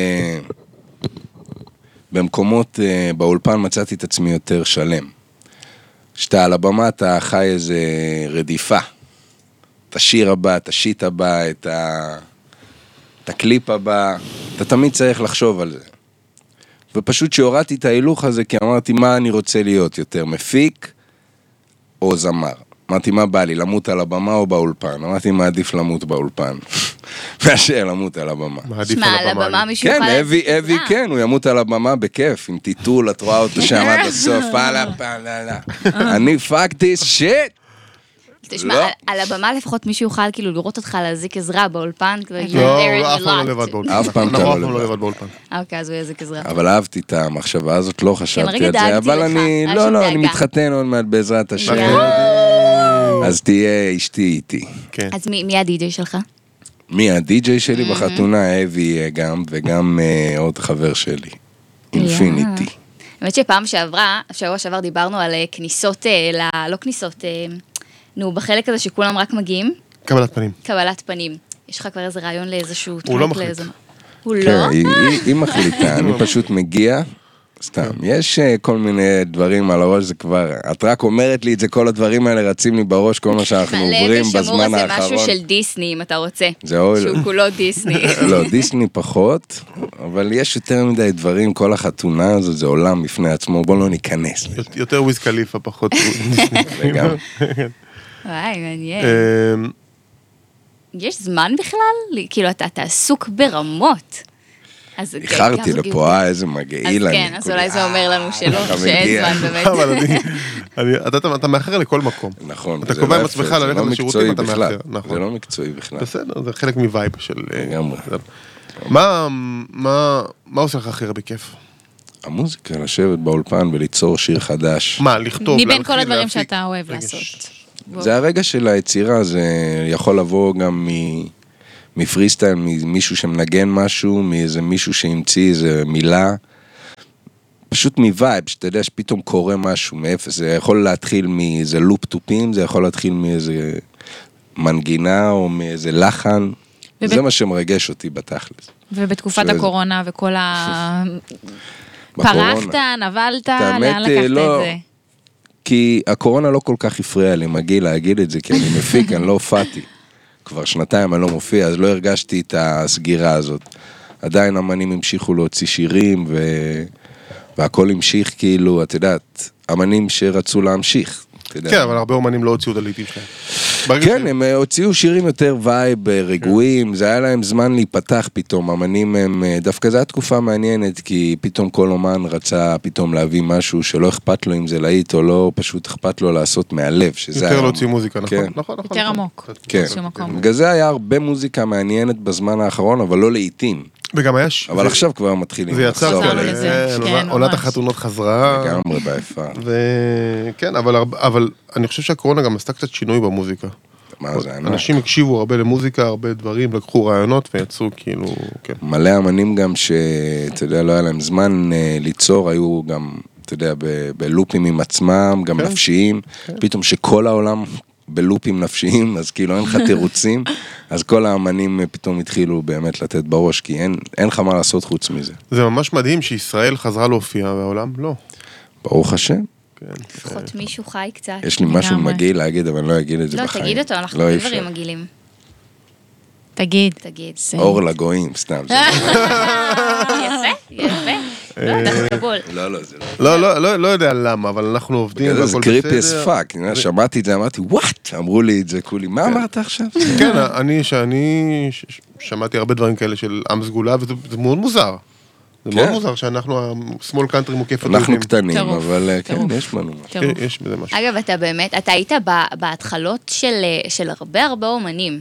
Speaker 5: במקומות, באולפן מצאתי את עצמי יותר שלם. שאתה על הבמה אתה חי איזה רדיפה. את השיר הבא, את השיט הבא, את הקליפ הבא, אתה תמיד צריך לחשוב על זה. ופשוט שהורדתי את ההילוך הזה, כי אמרתי מה אני רוצה להיות יותר, מפיק או זמר. אמרתי מה בא לי, למות על הבמה או באולפן. אמרתי מה עדיף למות באולפן. מאשר למות על הבמה.
Speaker 3: שמע, על הבמה מישהו יוכל...
Speaker 5: כן, אבי כן, הוא ימות על הבמה בכיף, עם טיטול, את רואה אותו שם עד הסוף, אני fuck this shit.
Speaker 3: תשמע, על הבמה לפחות מישהו יוכל כאילו לראות אותך להזיק עזרה באולפן.
Speaker 1: לא, אף פעם לא לבד באולפן.
Speaker 5: אף פעם אתה
Speaker 1: לא לבד באולפן.
Speaker 3: אוקיי, אז הוא יזיק עזרה.
Speaker 5: אבל אהבתי את המחשבה הזאת, לא חשבתי על זה, אבל אני מתחתן עוד מעט בעזרת השם. אז תהיה אשתי איתי.
Speaker 3: אז מי הדי-ג'יי שלך?
Speaker 5: מי הדי-ג'יי שלי בחתונה? אבי גם, וגם עוד חבר שלי. אינפיניטי.
Speaker 3: האמת שבוע שעבר דיברנו על כניסות, לא כניסות, בחלק הזה שכולם רק מגיעים. קבלת פנים. יש לך כבר איזה רעיון לאיזשהו...
Speaker 1: הוא לא מחליט.
Speaker 3: הוא לא?
Speaker 5: היא מחליטה, אני פשוט מגיע, סתם. יש כל מיני דברים על הראש, זה כבר, את רק אומרת לי את זה, כל הדברים האלה רצים לי בראש, כל מה שאנחנו עוברים בזמן האחרון.
Speaker 3: זה משהו של דיסני, אם אתה רוצה.
Speaker 5: שהוא
Speaker 3: כולו דיסני.
Speaker 5: לא, דיסני פחות, אבל יש יותר מדי דברים, כל החתונה הזאת, זה עולם בפני עצמו, בוא לא ניכנס.
Speaker 1: יותר וויז קליפה, פחות דיסני.
Speaker 5: לגמרי.
Speaker 3: וואי, מעניין. יש זמן בכלל? כאילו, אתה עסוק ברמות.
Speaker 5: איחרתי לפה, איזה מגעיל.
Speaker 3: אז כן, אז אולי זה אומר לנו שלא, שאין זמן באמת.
Speaker 1: אבל אתה מאחר לכל מקום.
Speaker 5: נכון.
Speaker 1: אתה קובע עם עצמך ללכת לשירותים, אתה מאחר.
Speaker 5: זה לא מקצועי בכלל.
Speaker 1: בסדר, זה חלק מווייב של...
Speaker 5: לגמרי.
Speaker 1: מה עושה לך הכי הרבה בכיף?
Speaker 5: המוזיקה, לשבת באולפן וליצור שיר חדש.
Speaker 1: מה, לכתוב,
Speaker 2: מבין כל הדברים שאתה אוהב לעשות.
Speaker 5: זה הרגע של היצירה, זה יכול לבוא גם מפרי סטייל, ממישהו שמנגן משהו, מאיזה מישהו שהמציא איזה מילה, פשוט מווייב, שאתה יודע שפתאום קורה משהו מאפס, זה יכול להתחיל מאיזה לופ טופים, זה יכול להתחיל מאיזה מנגינה או מאיזה לחן, זה מה שמרגש אותי בתכלס.
Speaker 2: ובתקופת הקורונה וכל
Speaker 5: בקורונה.
Speaker 2: פרחת, נבלת, לאן לקחת את זה?
Speaker 5: כי הקורונה לא כל כך הפריעה לי, מגיע להגיד את זה, כי אני מפיק, אני לא הופעתי. כבר שנתיים אני לא מופיע, אז לא הרגשתי את הסגירה הזאת. עדיין אמנים המשיכו להוציא שירים, והכל המשיך כאילו, את יודעת, אמנים שרצו להמשיך.
Speaker 1: כן, אבל הרבה אומנים לא הוציאו את הלעיתים שלהם.
Speaker 5: כן, הם הוציאו שירים יותר וייב, רגועים, זה היה להם זמן להיפתח פתאום, אמנים הם, דווקא זו הייתה תקופה מעניינת, כי פתאום כל אומן רצה פתאום להביא משהו שלא אכפת לו אם זה להיט או לא, פשוט אכפת לו לעשות מהלב, שזה
Speaker 1: יותר להוציא מוזיקה, נכון?
Speaker 2: יותר עמוק.
Speaker 5: כן, בגלל זה היה הרבה מוזיקה מעניינת בזמן האחרון, אבל לא לעיתים.
Speaker 1: וגם היה...
Speaker 5: אבל עכשיו כבר מתחילים.
Speaker 1: זה יצא, עונת החתונות חזרה.
Speaker 5: לגמרי ביפה.
Speaker 1: כן, אבל אני חושב שהקורונה גם עשתה קצת שינוי במוזיקה.
Speaker 5: מה זה ענק?
Speaker 1: אנשים הקשיבו הרבה למוזיקה, הרבה דברים, לקחו רעיונות ויצאו כאילו, כן.
Speaker 5: מלא אמנים גם אתה יודע, לא היה להם זמן ליצור, היו גם, אתה יודע, בלופים עם עצמם, גם נפשיים, פתאום שכל העולם בלופים נפשיים, אז כאילו אין לך תירוצים, אז כל האמנים פתאום התחילו באמת לתת בראש, כי אין לך מה לעשות חוץ מזה.
Speaker 1: זה ממש מדהים שישראל חזרה להופיע, והעולם לא.
Speaker 5: ברוך השם.
Speaker 3: לפחות מישהו חי קצת.
Speaker 5: יש לי משהו מגעיל להגיד, אבל אני לא אגיד את זה בחיים.
Speaker 3: לא, תגיד אותו, אנחנו לא דברים מגעילים.
Speaker 2: תגיד.
Speaker 5: אור לגויים, סתם.
Speaker 3: יפה. לא, אנחנו קבול.
Speaker 1: לא יודע למה, אבל אנחנו עובדים.
Speaker 5: זה קריפי אס פאק, שמעתי את זה, אמרתי, וואט? אמרו לי את זה כולי, מה אמרת עכשיו?
Speaker 1: כן, אני שמעתי הרבה דברים כאלה של עם סגולה, וזה מאוד מוזר. זה מאוד מוזר שאנחנו, השמאל קאנטרי מוקף
Speaker 5: אנחנו קטנים, אבל כן, יש לנו משהו.
Speaker 1: יש בזה משהו.
Speaker 3: אגב, אתה היית בהתחלות של הרבה אומנים.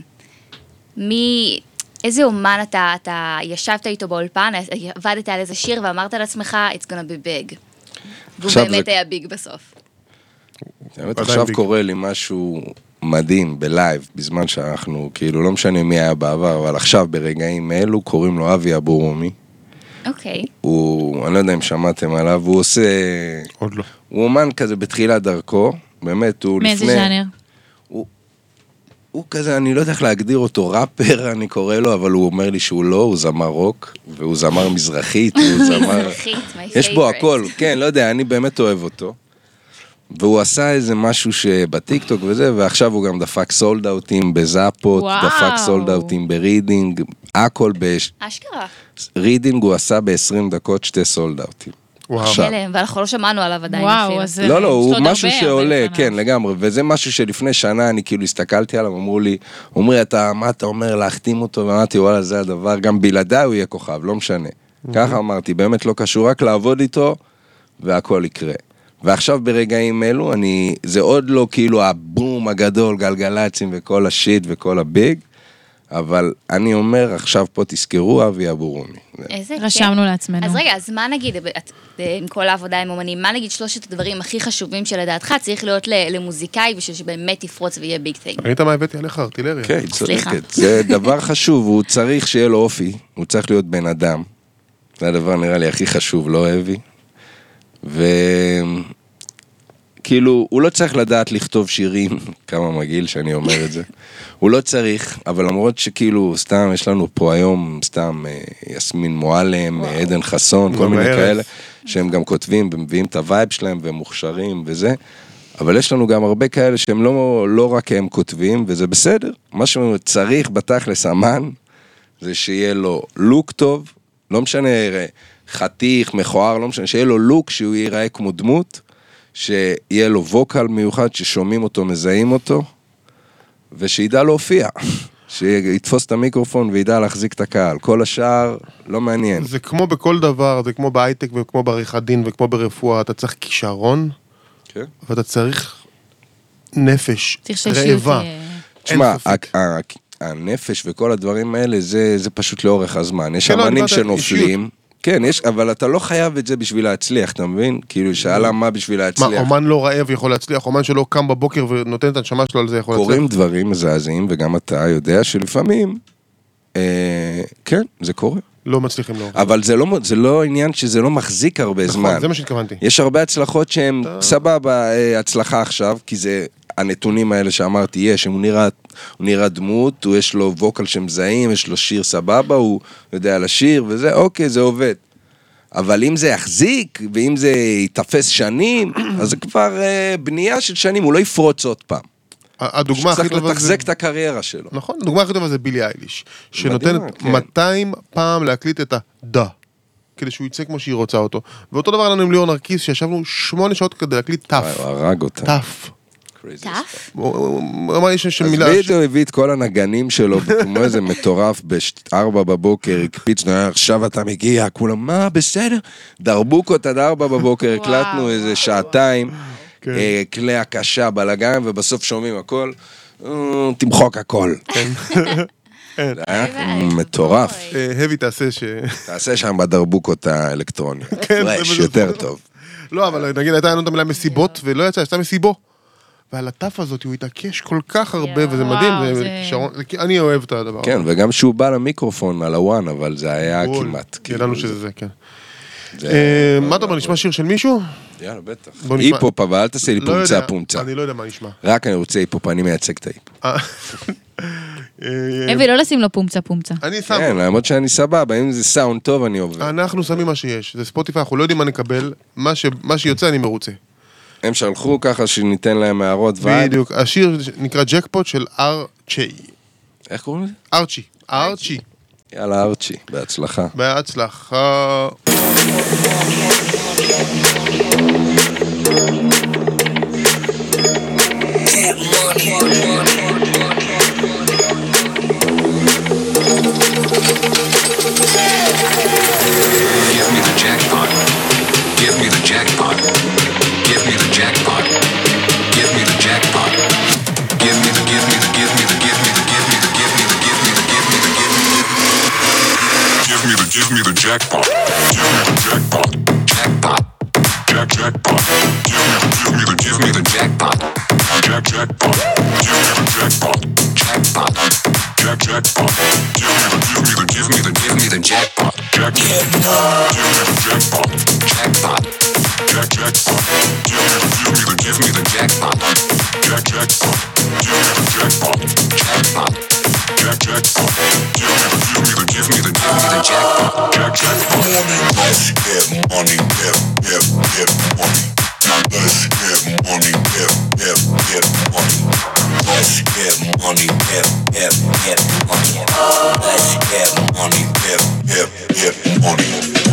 Speaker 3: איזה אומן אתה ישבת איתו באולפן, עבדת על איזה שיר ואמרת לעצמך, it's gonna be big. והוא באמת היה ביג בסוף.
Speaker 5: עכשיו קורה לי משהו מדהים בלייב, בזמן שאנחנו, כאילו לא משנה מי היה בעבר, אבל עכשיו ברגעים אלו קוראים לו אבי אבורומי.
Speaker 3: אוקיי.
Speaker 5: אני לא יודע אם שמעתם עליו, הוא עושה...
Speaker 1: עוד לא.
Speaker 5: הוא אומן כזה בתחילת דרכו, באמת הוא לפני...
Speaker 2: מאיזה ז'אנר?
Speaker 5: הוא כזה, אני לא יודע איך להגדיר אותו, ראפר אני קורא לו, אבל הוא אומר לי שהוא לא, הוא זמר רוק, והוא זמר מזרחית, והוא זמר... יש בו הכל, כן, לא יודע, אני באמת אוהב אותו. והוא עשה איזה משהו שבטיקטוק וזה, ועכשיו הוא גם דפק סולד אאוטים בזאפות, דפק סולד אאוטים ברידינג, הכל
Speaker 3: אשכרה.
Speaker 5: רידינג הוא עשה ב-20 דקות 2 סולד אאוטים.
Speaker 3: ואנחנו לא שמענו עליו עדיין.
Speaker 5: לא, הוא משהו שעולה, כן, לגמרי, וזה משהו שלפני שנה אני כאילו הסתכלתי עליו, אמרו לי, מה אתה אומר להחתים אותו, ואמרתי, וואלה, זה הדבר, גם בלעדיי הוא יהיה כוכב, לא משנה. ככה אמרתי, באמת לא קשור, רק לעבוד איתו, והכל יקרה. ועכשיו ברגעים אלו, זה עוד לא כאילו הבום הגדול, גלגלצים וכל השיט וכל הביג, אבל אני אומר, עכשיו פה תזכרו אבי אבורומי.
Speaker 2: רשמנו לעצמנו.
Speaker 3: אז רגע, אז מה נגיד, עם כל העבודה עם אומנים, מה נגיד 3 הדברים הכי חשובים שלדעתך צריך להיות למוזיקאי, בשביל שבאמת יפרוץ ויהיה ביג טינג?
Speaker 1: ראית מה הבאתי עליך, ארטילריה.
Speaker 5: כן, צודקת. זה דבר חשוב, הוא צריך שיהיה לו אופי, הוא צריך להיות בן אדם. זה הדבר נראה לי הכי חשוב, לא אבי. כאילו, הוא לא צריך לדעת לכתוב שירים, כמה מגעיל שאני אומר את זה. הוא לא צריך, אבל למרות שכאילו, סתם, יש לנו פה היום, סתם, יסמין מועלם, עדן חסון, כל מיני כאלה, שהם גם כותבים ומביאים את הווייב שלהם, והם מוכשרים וזה, אבל יש לנו גם הרבה כאלה שהם לא רק הם כותבים, וזה בסדר. מה שצריך בתכלס אמן, זה שיהיה לו לוק טוב, לא משנה, חתיך, מכוער, לא משנה, שיהיה לו לוק שהוא ייראה כמו דמות, שיהיה לו ווקל מיוחד, ששומעים אותו, מזהים אותו, ושידע להופיע, שיתפוס את המיקרופון וידע להחזיק את הקהל. כל השאר לא מעניין.
Speaker 1: זה כמו בכל דבר, זה כמו בהייטק וכמו בעריכת דין וכמו ברפואה, אתה צריך כישרון, ואתה צריך נפש, רעבה.
Speaker 5: תשמע, הנפש וכל הדברים האלה, זה פשוט לאורך הזמן. יש אמנים שנופלים, כן, אבל אתה לא חייב את זה בשביל להצליח, אתה מבין? כאילו, שאלה מה בשביל להצליח.
Speaker 1: מה, אומן לא רעב יכול להצליח, אומן שלא קם בבוקר ונותן את הנשמה שלו על זה יכול להצליח.
Speaker 5: קוראים דברים מזעזעים, וגם אתה יודע שלפעמים, כן, זה קורה.
Speaker 1: לא מצליחים לא.
Speaker 5: אבל זה לא עניין שזה לא מחזיק הרבה זמן.
Speaker 1: נכון, זה מה שהתכוונתי.
Speaker 5: יש הרבה הצלחות שהן סבבה הצלחה עכשיו, כי זה הנתונים האלה שאמרתי יש, אם הוא נראה דמות, הוא יש לו ווקל שמזהים, יש לו שיר סבבה, הוא יודע לשיר וזה, אוקיי, זה עובד. אבל אם זה יחזיק, ואם זה יתפס שנים, אז זה כבר בנייה של שנים, הוא לא יפרוץ עוד פעם.
Speaker 1: הדוגמה הכי טובה
Speaker 5: צריך לתחזק את הקריירה שלו.
Speaker 1: נכון, הדוגמה הכי טובה זה בילי אייליש, שנותנת 200 פעם להקליט את הדה, כדי שהוא יצא כמו שהיא רוצה אותו. ואותו דבר לנו עם ליאור נרקיס, שישבנו 8 שעות כדי להקליט טף.
Speaker 5: הוא הרג אותה.
Speaker 1: טף.
Speaker 3: טף?
Speaker 1: הוא אמר יש
Speaker 5: אז
Speaker 1: מילה...
Speaker 5: בידי הוא הביא את כל הנגנים שלו, כמו איזה מטורף, ב-4 בבוקר, הקפיצנו, עכשיו אתה מגיע, כולם, מה, בסדר? דרבוקות עד 4 בבוקר, הקלטנו איזה שעתיים, כלי הקשה, בלגן, ובסוף שומעים הכל, תמחוק הכל. זה היה מטורף.
Speaker 1: הבי תעשה
Speaker 5: תעשה שם בדרבוקות האלקטרוניות. פרש, יותר טוב.
Speaker 1: לא, אבל נגיד, הייתה לנו את המילה מסיבות, ולא יצא, יצא מסיבו. ועל הטף הזאת הוא התעקש כל כך הרבה, וזה מדהים, אני אוהב את הדבר.
Speaker 5: כן, וגם שהוא בא למיקרופון על הוואן, אבל זה היה כמעט.
Speaker 1: ידענו שזה זה, כן. מה אתה אומר, נשמע שיר של מישהו?
Speaker 5: יאללה, בטח. היפופ, אבל אל תעשה לי פומצה.
Speaker 1: אני לא יודע מה נשמע.
Speaker 5: רק אני רוצה היפופ, אני מייצג את ההיפופ.
Speaker 2: אבי, לא לשים לו פומצה.
Speaker 1: אני שם.
Speaker 5: כן, למרות שאני סבבה, אם זה סאונד טוב, אני עובר.
Speaker 1: אנחנו שמים מה שיש, זה ספוטיפיי, אנחנו לא יודעים מה נקבל, מה שיוצא אני מרוצה.
Speaker 5: הם שלחו ככה שניתן להם הערות וייב.
Speaker 1: בדיוק, השיר נקרא ג'קפוט של ארצ'י.
Speaker 5: איך קוראים לזה?
Speaker 1: ארצ'י.
Speaker 5: יאללה ארצ'י, בהצלחה.
Speaker 1: בהצלחה.
Speaker 6: Give me the jackpot. Give me the jackpot. Give me the jackpot. Give me the jackpot. Give me the give me the give me the give me the give me the give me the give me the give me the give me the jackpot. Give me the jackpot. Jackpot. Jackpot. Give me the jackpot. Jackpot. Give me the jackpot. Jackpot. Jackpot. Give me the jackpot. Jackpot. Give me the jackpot. Jackpot. Jackpot. Give me the jackpot. Jackpot. Jackpot. Jackpot. Give me the jackpot. Let's get money, get money. Let's get money, get money. Let's get money, get money. Let's get money, get money.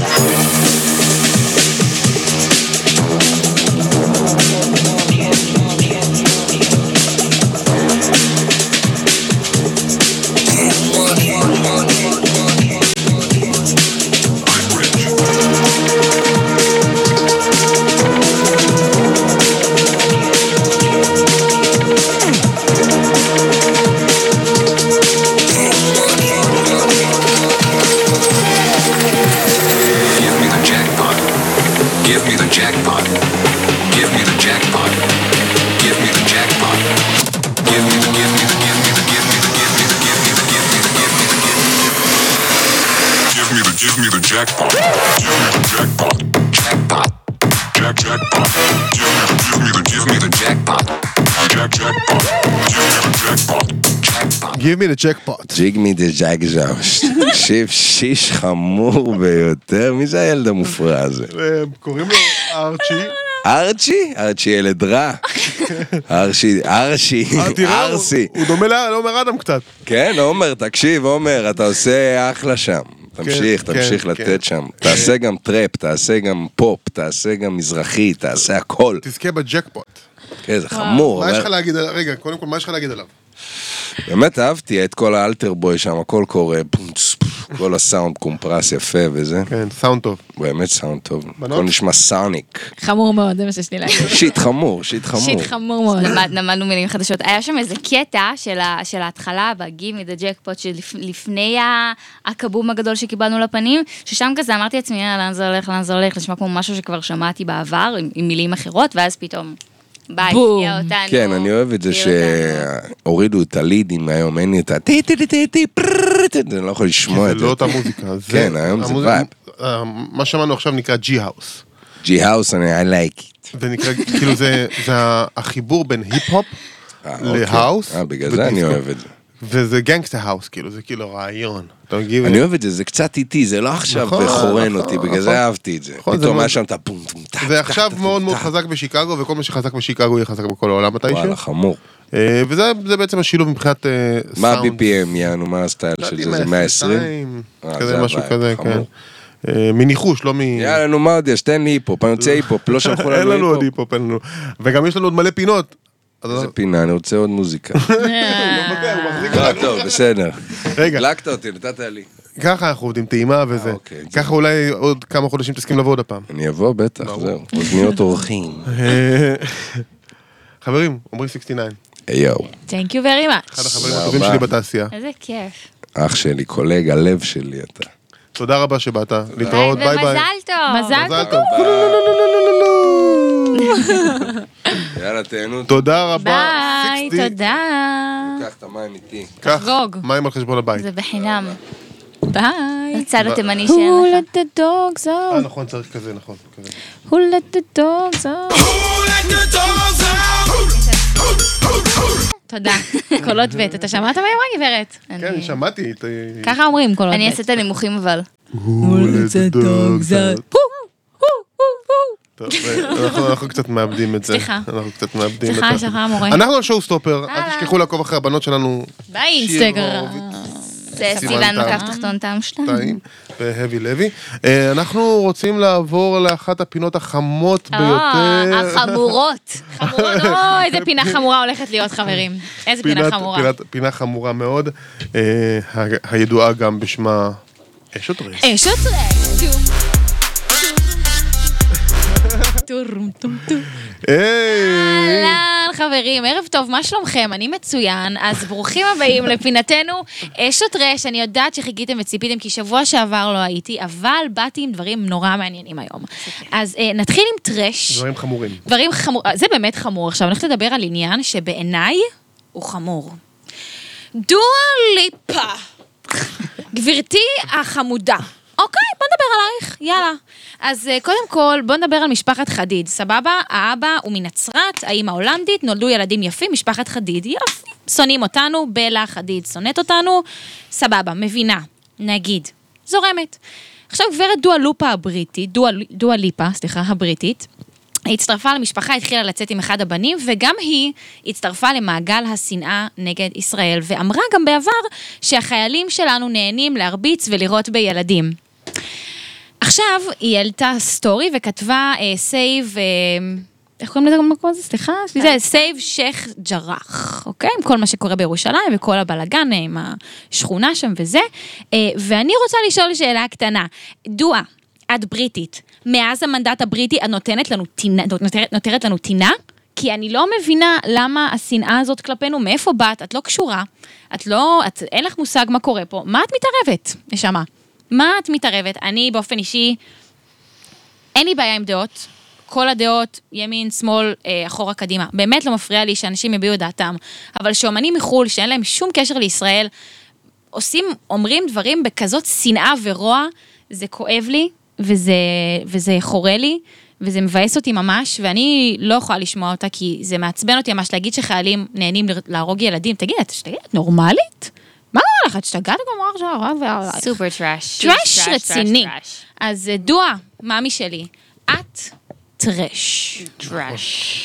Speaker 6: Give me the jackpot. Give me the jackpot. Give me the jackpot. Give me the give me the give me the give me the give me the give me the give me the give me the give me the jackpot. Give me the jackpot. Jackpot. Jackpot. Give me the jackpot. Jackpot.
Speaker 1: Give me the jackpot.
Speaker 5: Give me the jackpot. תקשיב, שיש חמור ביותר. מי זה הילד המופרע הזה?
Speaker 1: קוראים לו ארצ'י.
Speaker 5: ארצ'י? ארצ'י ילד רע. ארצ'י.
Speaker 1: הוא דומה לעומר אדם קצת.
Speaker 5: כן, עומר, תקשיב, עומר, אתה עושה אחלה שם. תמשיך לתת שם. תעשה גם טראפ, תעשה גם פופ, תעשה גם מזרחי, תעשה הכל.
Speaker 1: תזכה בג'קפוט.
Speaker 5: כן, זה חמור.
Speaker 1: מה יש לך להגיד, רגע, קודם כל, מה יש לך להגיד עליו?
Speaker 5: באמת אהבתי את כל האלטר בוי שם, הכל קורה, כל הסאונד קומפרס יפה וזה.
Speaker 1: כן, סאונד טוב.
Speaker 5: באמת סאונד טוב. הכל נשמע סאוניק.
Speaker 2: חמור מאוד, זה מה שיש לי להגיד.
Speaker 5: שיט חמור.
Speaker 2: שיט חמור מאוד.
Speaker 3: למדנו מילים חדשות. היה שם איזה קטע של ההתחלה, בגיב מדה ג'קפוט, שלפני הקבום הגדול שקיבלנו לפנים, ששם כזה אמרתי לעצמי, לאן זה הולך, נשמע כמו משהו שכבר שמעתי בעבר, עם מילים אחרות, ואז פתאום... ביי, הפתיע אותנו.
Speaker 5: כן, אני אוהב את זה שהורידו את הלידים היום, אין לי את אני לא יכול לשמוע את זה.
Speaker 1: זה לא אותה מוזיקה.
Speaker 5: כן, היום זה וייב.
Speaker 1: מה שמענו עכשיו נקרא G-House.
Speaker 5: G-House, I like it.
Speaker 1: זה נקרא, כאילו זה החיבור בין היפ-הופ להאוס.
Speaker 5: בגלל זה אני אוהב את זה.
Speaker 1: וזה גנגסטר האוס, כאילו, זה כאילו רעיון.
Speaker 5: אני אוהב את זה, זה קצת איטי, זה לא עכשיו חורן אותי, בגלל זה אהבתי את זה. פתאום היה שם את הפום, פום, טק,
Speaker 1: זה עכשיו מאוד מאוד חזק בשיקגו, וכל מה שחזק בשיקגו יהיה חזק בכל העולם מתישהו.
Speaker 5: וואלה, חמור.
Speaker 1: וזה בעצם השילוב מבחינת
Speaker 5: מה
Speaker 1: סאונד.
Speaker 5: ה-BPM, יענו, מה הסטייל של זה? זה 120?
Speaker 1: כזה משהו כזה, כן. מניחוש, לא מ...
Speaker 5: יאללה, נו, מה עוד יש? תן לי היפופ, אני רוצה היפופ, לא שלחו לנו
Speaker 1: אין לנו עוד
Speaker 5: היפופ.
Speaker 1: היפופ, אין לנו. וגם יש לנו עוד מלא פינות.
Speaker 5: איזה פינה, אני רוצה עוד מוזיקה.
Speaker 1: לא,
Speaker 5: טוב, בסדר.
Speaker 1: רגע.
Speaker 5: לקת אותי, נתת לי.
Speaker 1: ככה אנחנו עובדים טעימה וזה.
Speaker 5: אוקיי.
Speaker 1: ככה אולי עוד כמה חודשים תסכים לבוא עוד הפעם.
Speaker 5: אני אבוא, בטח, זהו. אוזניות אורחים.
Speaker 1: חברים, אומרים 69.
Speaker 5: יואו.
Speaker 2: Thank you very much.
Speaker 1: אחד החברים הטובים שלי בתעשייה.
Speaker 3: איזה כיף.
Speaker 5: אח שלי, קולגה, לב שלי אתה.
Speaker 1: תודה רבה שבאת. להתראות, ביי ביי.
Speaker 3: ומזל טוב.
Speaker 2: מזל טוב.
Speaker 5: יאללה, תהנו.
Speaker 1: תודה רבה.
Speaker 2: ביי,
Speaker 1: 60.
Speaker 2: תודה.
Speaker 5: קח את המים איתי.
Speaker 1: קח,
Speaker 2: תחגוג.
Speaker 1: מים על חשבון הבית.
Speaker 3: זה בחינם.
Speaker 2: ביי.
Speaker 3: הצד התימני שאין
Speaker 2: Who
Speaker 3: לך.
Speaker 2: let the dogs out?
Speaker 1: נכון, צריך כזה, נכון. כזה.
Speaker 2: Who let the dogs out? תודה. קולות ב', אתה שמעת מה אמרה גברת?
Speaker 1: כן, שמעתי.
Speaker 2: ככה אומרים קולות ב'.
Speaker 3: אני אעשה את הנימוכים אבל.
Speaker 1: טוב, אנחנו קצת מאבדים את זה.
Speaker 2: סליחה.
Speaker 1: אנחנו קצת מאבדים את
Speaker 2: סליחה,
Speaker 1: זה.
Speaker 2: סליחה, המורה.
Speaker 1: אנחנו על שואו סטופר, אל תשכחו לעקוב אחרי הבנות שלנו.
Speaker 2: באינסטגרם.
Speaker 3: זה סיוון מקף תחתון טעם 2.
Speaker 1: והבי לוי. אנחנו רוצים לעבור לאחת הפינות החמות ביותר.
Speaker 3: החמורות.
Speaker 2: חמורה, איזה פינה חמורה הולכת להיות, חברים. איזה פינה חמורה.
Speaker 1: פינה חמורה מאוד, הידועה גם בשמה אשות רס.
Speaker 2: אשות רס. אהלן חברים, ערב טוב, מה שלומכם? אני מצוין, אז ברוכים הבאים לפינתנו אשות רש. אני יודעת שחיכיתם וציפיתם כי שבוע שעבר לא הייתי, אבל באתי עם דברים נורא מעניינים היום. אז נתחיל עם טרש.
Speaker 1: דברים חמורים.
Speaker 2: דברים חמור, זה באמת חמור. עכשיו אני הולכת לדבר על עניין שבעיניי הוא חמור. דואה ליפה. גברתי החמודה. אוקיי, בוא נדבר עלייך, יאללה. אז קודם כל, בוא נדבר על משפחת חדיד, סבבה? האבא הוא מנצרת, האמא הולנדית, נולדו ילדים יפים, משפחת חדיד, יופי. שונאים אותנו, בלה חדיד שונאת אותנו, סבבה, מבינה, נגיד, זורמת. עכשיו גברת דואה ליפה, הבריטית, היא הצטרפה למשפחה, התחילה לצאת עם אחד הבנים, וגם היא הצטרפה למעגל השנאה נגד ישראל, ואמרה גם בעבר שהחיילים שלנו נהנים להרביץ ולירות בילדים. עכשיו היא העלתה סטורי וכתבה סייב, איך קוראים לזה במקום הזה? סליחה? זה סייב שייח ג'רח, אוקיי? עם כל מה שקורה בירושלים וכל הבלגן עם השכונה שם וזה. ואני רוצה לשאול שאלה קטנה. דואה, את בריטית, מאז המנדט הבריטי את נותרת לנו טינה? כי אני לא מבינה למה השנאה הזאת כלפינו, מאיפה באת, את לא קשורה, אין לך מושג מה קורה פה, מה את מתערבת, נשמה? מה את מתערבת? אני באופן אישי, אין לי בעיה עם דעות, כל הדעות, ימין, שמאל, אחורה, קדימה. באמת לא מפריע לי שאנשים יביעו את דעתם, אבל שאומנים מחול, שאין להם שום קשר לישראל, אומרים דברים בכזאת שנאה ורוע, זה כואב לי, וזה חורה לי, וזה מבאס אותי ממש, ואני לא יכולה לשמוע אותה, כי זה מעצבן אותי ממש להגיד שחיילים נהנים להרוג ילדים. תגיד, את נורמלית? מה קורה לך? את שתגעת גם עכשיו?
Speaker 3: סופר טראש.
Speaker 2: טראש רציני. אז דואה, מאמי שלי, את טראש.
Speaker 3: טראש.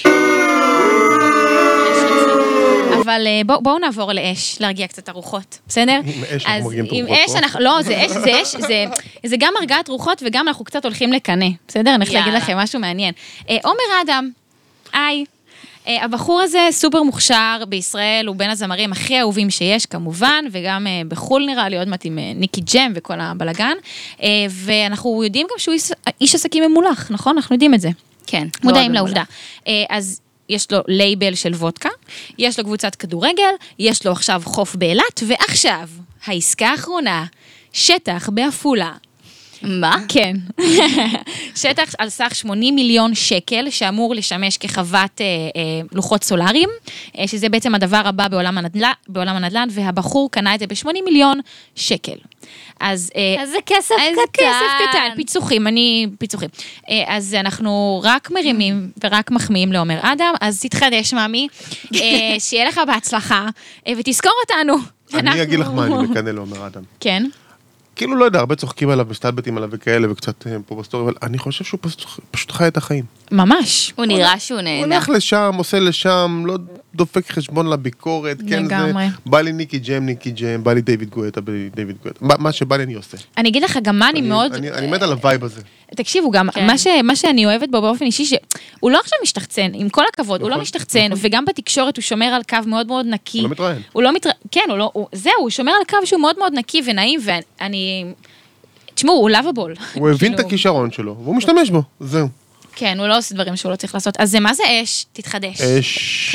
Speaker 2: אבל בואו נעבור לאש, להרגיע קצת הרוחות, בסדר?
Speaker 1: עם אש אנחנו מרגיעים את
Speaker 2: עם
Speaker 1: הרוחות
Speaker 2: אש
Speaker 1: פה.
Speaker 2: אנחנו, לא, זה אש, זה גם הרגעת רוחות וגם אנחנו קצת הולכים לקנה, בסדר? אני הולכת להגיד לכם משהו מעניין. עומר אדם, הבחור הזה סופר מוכשר בישראל, הוא בין הזמרים הכי אהובים שיש כמובן, וגם בחול נראה לי עוד מעט עם ניקי ג'ם וכל הבלגן, ואנחנו יודעים גם שהוא איש עסקים ממולח, נכון? אנחנו יודעים את זה.
Speaker 3: כן.
Speaker 2: מודעים לעובדה. אז יש לו לייבל של וודקה, יש לו קבוצת כדורגל, יש לו עכשיו חוף באילת, ועכשיו, העסקה האחרונה, שטח בעפולה.
Speaker 3: מה?
Speaker 2: כן. שטח על סך 80 מיליון שקל, שאמור לשמש כחוות לוחות סולאריים, שזה בעצם הדבר הבא בעולם הנדל"ן, והבחור קנה את זה ב-80 מיליון שקל. אז
Speaker 3: איזה כסף קטן.
Speaker 2: כסף קטן, פיצוחים. אז אנחנו רק מרימים ורק מחמיאים לעומר אדם, אז תתחדש, מאמי, שיהיה לך בהצלחה, ותזכור אותנו.
Speaker 1: אני אגיד לך מה אני מקנא לעומר אדם.
Speaker 2: כן.
Speaker 1: כאילו לא יודע, הרבה צוחקים עליו, מסתלבטים עליו וכאלה, וקצת פה בסטורי, אבל אני חושב שהוא פשוט חי את החיים.
Speaker 2: ממש.
Speaker 3: הוא נראה שהוא
Speaker 1: הוא
Speaker 3: נהנה.
Speaker 1: הולך לשם, עושה לשם, לא דופק חשבון לביקורת, כן, זה, בא לי ניקי ג'ם, בא לי דיוויד גואטה, מה שבא לי אני עושה.
Speaker 2: אני אגיד לך, גם מה אני מאוד...
Speaker 1: אני מת על הווייב הזה.
Speaker 2: תקשיבו, גם מה שאני אוהבת בו באופן אישי, שהוא לא עכשיו משתחצן, עם כל הכבוד, הוא לא משתחצן, וגם בתקשורת הוא שומר על קו מאוד מאוד נקי.
Speaker 1: הוא לא מתראיין.
Speaker 2: כן, זהו, הוא שומר על קו שהוא מאוד מאוד נקי ונעים, ואני... תשמעו, הוא לאבבול.
Speaker 1: הוא הבין את הכישרון שלו, והוא משתמש בו, זהו.
Speaker 2: כן, הוא לא עושה דברים שהוא לא צריך לעשות. אז מה זה אש? תתחדש.
Speaker 1: אש.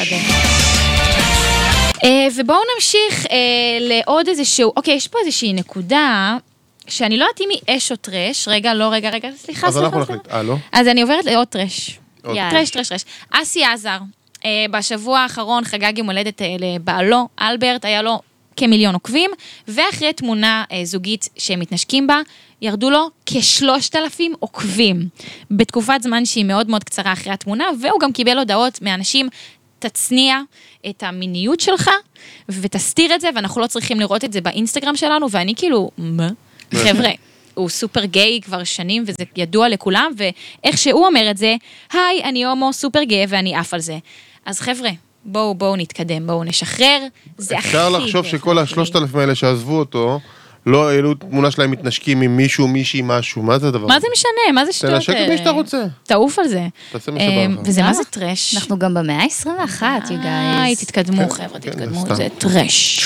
Speaker 2: ובואו נמשיך לעוד איזשהו... אוקיי, יש פה איזושהי נקודה... שאני לא יודעת אם היא אש או טרש, רגע, סליחה.
Speaker 1: אז אנחנו נחליט, לא?
Speaker 2: אז אני עוברת לעוד טרש.
Speaker 3: יאללה.
Speaker 2: טרש. אסי עזר, בשבוע האחרון חגג יום הולדת לבעלו, אלברט, היה לו כמיליון עוקבים, ואחרי תמונה זוגית שהם מתנשקים בה, ירדו לו כ3,000 עוקבים, בתקופת זמן שהיא מאוד מאוד קצרה אחרי התמונה, והוא גם קיבל הודעות מאנשים, תצניע את המיניות שלך, ותסתיר את זה, ואנחנו לא צריכים לראות את זה באינסטגרם שלנו, ואני כאילו, מה? חבר'ה, הוא סופר גיי כבר שנים, וזה ידוע לכולם, ואיך שהוא אומר את זה, היי, אני הומו סופר גיי, ואני אף על זה. אז חבר'ה, בואו נתקדם, בואו נשחרר, זה הכי...
Speaker 1: אפשר לחשוב שכל 3,000 האלה שעזבו אותו, לא העלו תמונה שלהם מתנשקים עם מישהו, מישהי, משהו, מה זה הדבר?
Speaker 2: מה זה משנה? מה זה שטות?
Speaker 1: תנשק את מי שאתה רוצה.
Speaker 2: תעוף על זה.
Speaker 1: תעשה מה שבא לך.
Speaker 2: וזה מה זה טרש?
Speaker 3: אנחנו גם במאה ה-21, you guys.
Speaker 2: תתקדמו, חבר'ה, תתקדמו, זה טרש.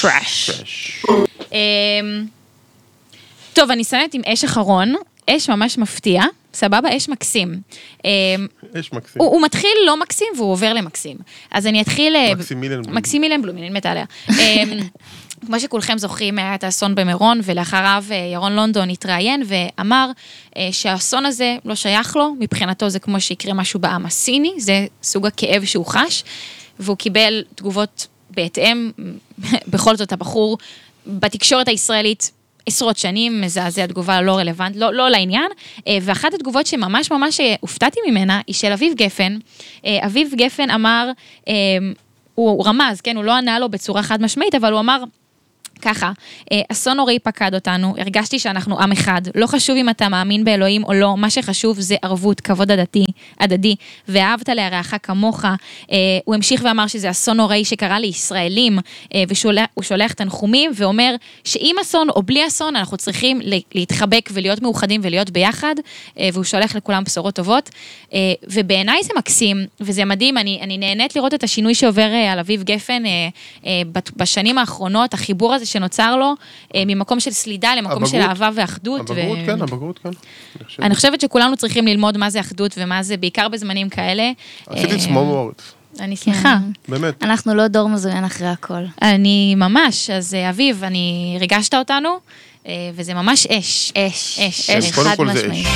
Speaker 2: טוב, אני אסיים עם אש אחרון, אש ממש מפתיע, סבבה, אש מקסים.
Speaker 1: אש מקסים.
Speaker 2: הוא מתחיל לא מקסים והוא עובר למקסים. אז אני אתחיל... מקסימילן בלום, אני מתה עליה. כמו שכולכם זוכרים, היה את האסון במירון, ולאחריו ירון לונדון התראיין ואמר שהאסון הזה לא שייך לו, מבחינתו זה כמו שיקרה משהו בעם הסיני, זה סוג הכאב שהוא חש, והוא קיבל תגובות בהתאם, בכל זאת הבחור בתקשורת הישראלית, עשרות שנים, מזעזע תגובה לא רלוונט, לא לעניין, ואחת התגובות שממש ממש הופתעתי ממנה, היא של אביב גפן. אביב גפן אמר, הוא רמז, כן, הוא לא ענה לו בצורה חד משמעית, אבל הוא אמר, ככה, אסון נוראי פקד אותנו, הרגשתי שאנחנו עם אחד, לא חשוב אם אתה מאמין באלוהים או לא, מה שחשוב זה ערבות, כבוד הדדי, ואהבת לרעך כמוך. הוא המשיך ואמר שזה אסון נוראי שקרה לישראלים, והוא שולח תנחומים ואומר שאם אסון או בלי אסון, אנחנו צריכים להתחבק ולהיות מאוחדים ולהיות ביחד, והוא שולח לכולם בשורות טובות, ובעיניי זה מקסים, וזה מדהים, אני נהנית לראות את השינוי שעובר על אביב גפן בשנים האחרונות, החיבור הזה שנוצר לו, ממקום של סלידה למקום של אהבה ואחדות.
Speaker 1: הבגרות כן.
Speaker 2: אני חושבת שכולנו צריכים ללמוד מה זה אחדות ומה זה, בעיקר בזמנים כאלה.
Speaker 1: עשיתי צמור.
Speaker 2: אני שמחה.
Speaker 1: באמת.
Speaker 3: אנחנו לא דור מזוין אחרי הכל.
Speaker 2: אני ממש, אז אביב, ריגשת אותנו, וזה ממש אש. אש, חד משמעית.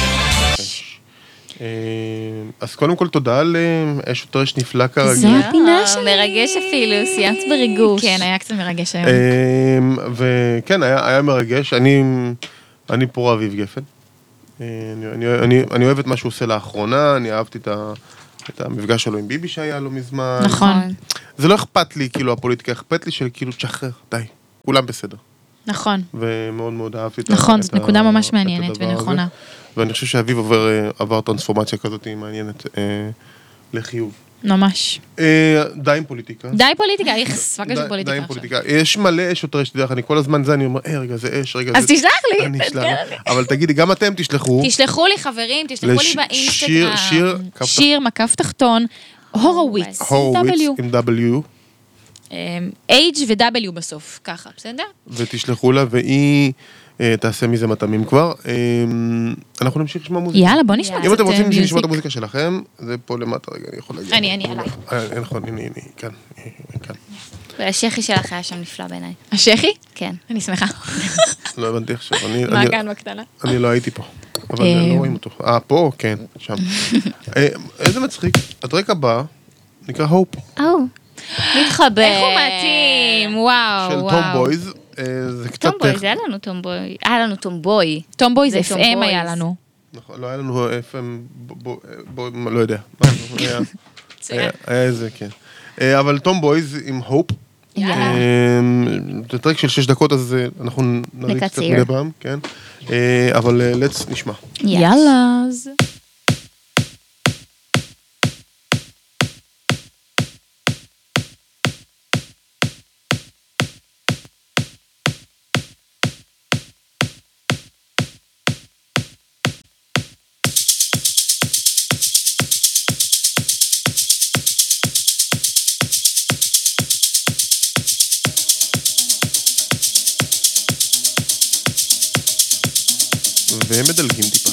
Speaker 1: אז קודם כל תודה על אש וטרש נפלא כרגיל.
Speaker 2: זה הפינה שלי.
Speaker 3: מרגש אפילו, סיימת בריגוש.
Speaker 2: כן, היה קצת מרגש היום.
Speaker 1: וכן, היה מרגש. אני פה אביב גפן. אני אוהב את מה שהוא עושה לאחרונה, אני אהבתי את המפגש שלו עם ביבי שהיה לו מזמן.
Speaker 2: נכון.
Speaker 1: זה לא אכפת לי, כאילו, הפוליטיקה אכפת לי של כאילו תשחרר, די, כולם בסדר.
Speaker 2: נכון.
Speaker 1: ומאוד מאוד אהבתי את
Speaker 2: נכון, זאת נקודה ממש מעניינת ונכונה.
Speaker 1: ואני חושב שאביב עבר טרנספורמציה כזאת מעניינת לחיוב.
Speaker 2: ממש.
Speaker 1: די עם פוליטיקה.
Speaker 2: די פוליטיקה, איכס, מה קשור פוליטיקה
Speaker 1: די עם
Speaker 2: עכשיו?
Speaker 1: פוליטיקה. יש מלא אש או טרש, אני כל הזמן זה, אני אומר, רגע, זה אש, רגע, זה...
Speaker 2: אז תשלח לי.
Speaker 1: אני אשלח. אבל תגידי, גם אתם תשלחו.
Speaker 2: תשלחו לי חברים, תשלחו לי באינסטגרם.
Speaker 1: שיר,
Speaker 2: מקף תחתון, הורווויץ,
Speaker 1: עם W.
Speaker 2: H ו-W בסוף, ככה, בסדר?
Speaker 1: ותשלחו לה, והיא תעשה מזה מטעמים כבר. אנחנו נמשיך לשמוע מוזיקה.
Speaker 2: יאללה, בוא נשמע.
Speaker 1: אם אתם רוצים לשמוע את המוזיקה שלכם, זה פה למטה, רגע, אני יכול להגיד.
Speaker 2: אני עליי.
Speaker 1: נכון, הנה, כאן.
Speaker 3: והשכי שלך היה שם נפלא בעיניי.
Speaker 2: השכי?
Speaker 3: כן.
Speaker 2: אני שמחה.
Speaker 1: לא הבנתי עכשיו.
Speaker 2: מה כאן בקטנה?
Speaker 1: אני לא הייתי פה. אבל לא רואים אותו. פה, כן, שם. איזה מצחיק. הטרק הבא נקרא הופ.
Speaker 3: מתחבר.
Speaker 2: איך הוא מתאים, וואו,
Speaker 1: של
Speaker 2: וואו.
Speaker 1: טום בויז. זה קצת...
Speaker 3: טומבוי, זה היה לנו טומבוי. היה לנו טומבוי.
Speaker 2: טומבוי זה
Speaker 3: זה
Speaker 2: FM
Speaker 3: טומבויז.
Speaker 2: היה לנו.
Speaker 1: נכון, לא היה לנו FM, לא יודע. היה איזה, כן. אבל טום בויז עם הופ.
Speaker 2: יאללה.
Speaker 1: זה טרק של 6 דקות, אז אנחנו נריץ קצת
Speaker 3: נקצר.
Speaker 1: מדי פעם, כן. אבל let's נשמע.
Speaker 2: יאללה. אז.
Speaker 1: והם מדלגים טיפה.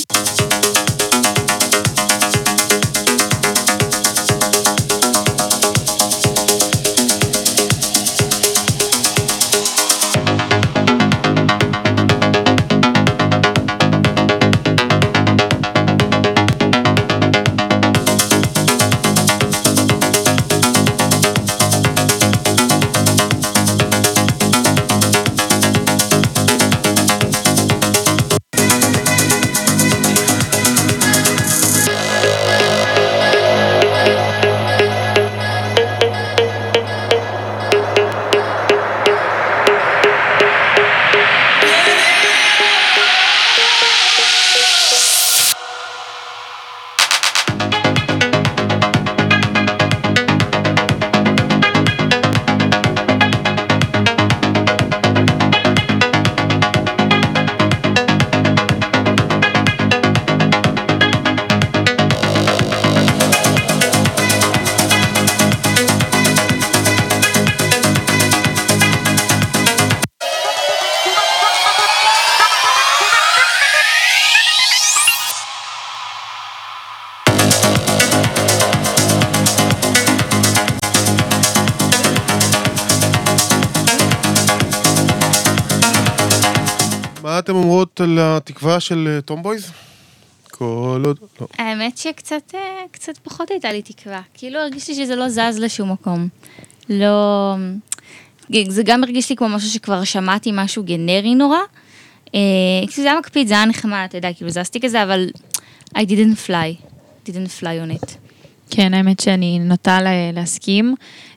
Speaker 1: מה אתם אומרות על התקווה של טום בויז? כל עוד... לא.
Speaker 3: האמת שקצת קצת פחות הייתה לי תקווה. כאילו הרגישתי שזה לא זז לשום מקום. לא... זה גם הרגיש לי כמו משהו שכבר שמעתי משהו גנרי נורא. זה היה מקפיד, זה היה נחמד, אתה יודע, כאילו זזתי כזה, אבל I didn't fly on it.
Speaker 2: כן, האמת שאני נוטה להסכים.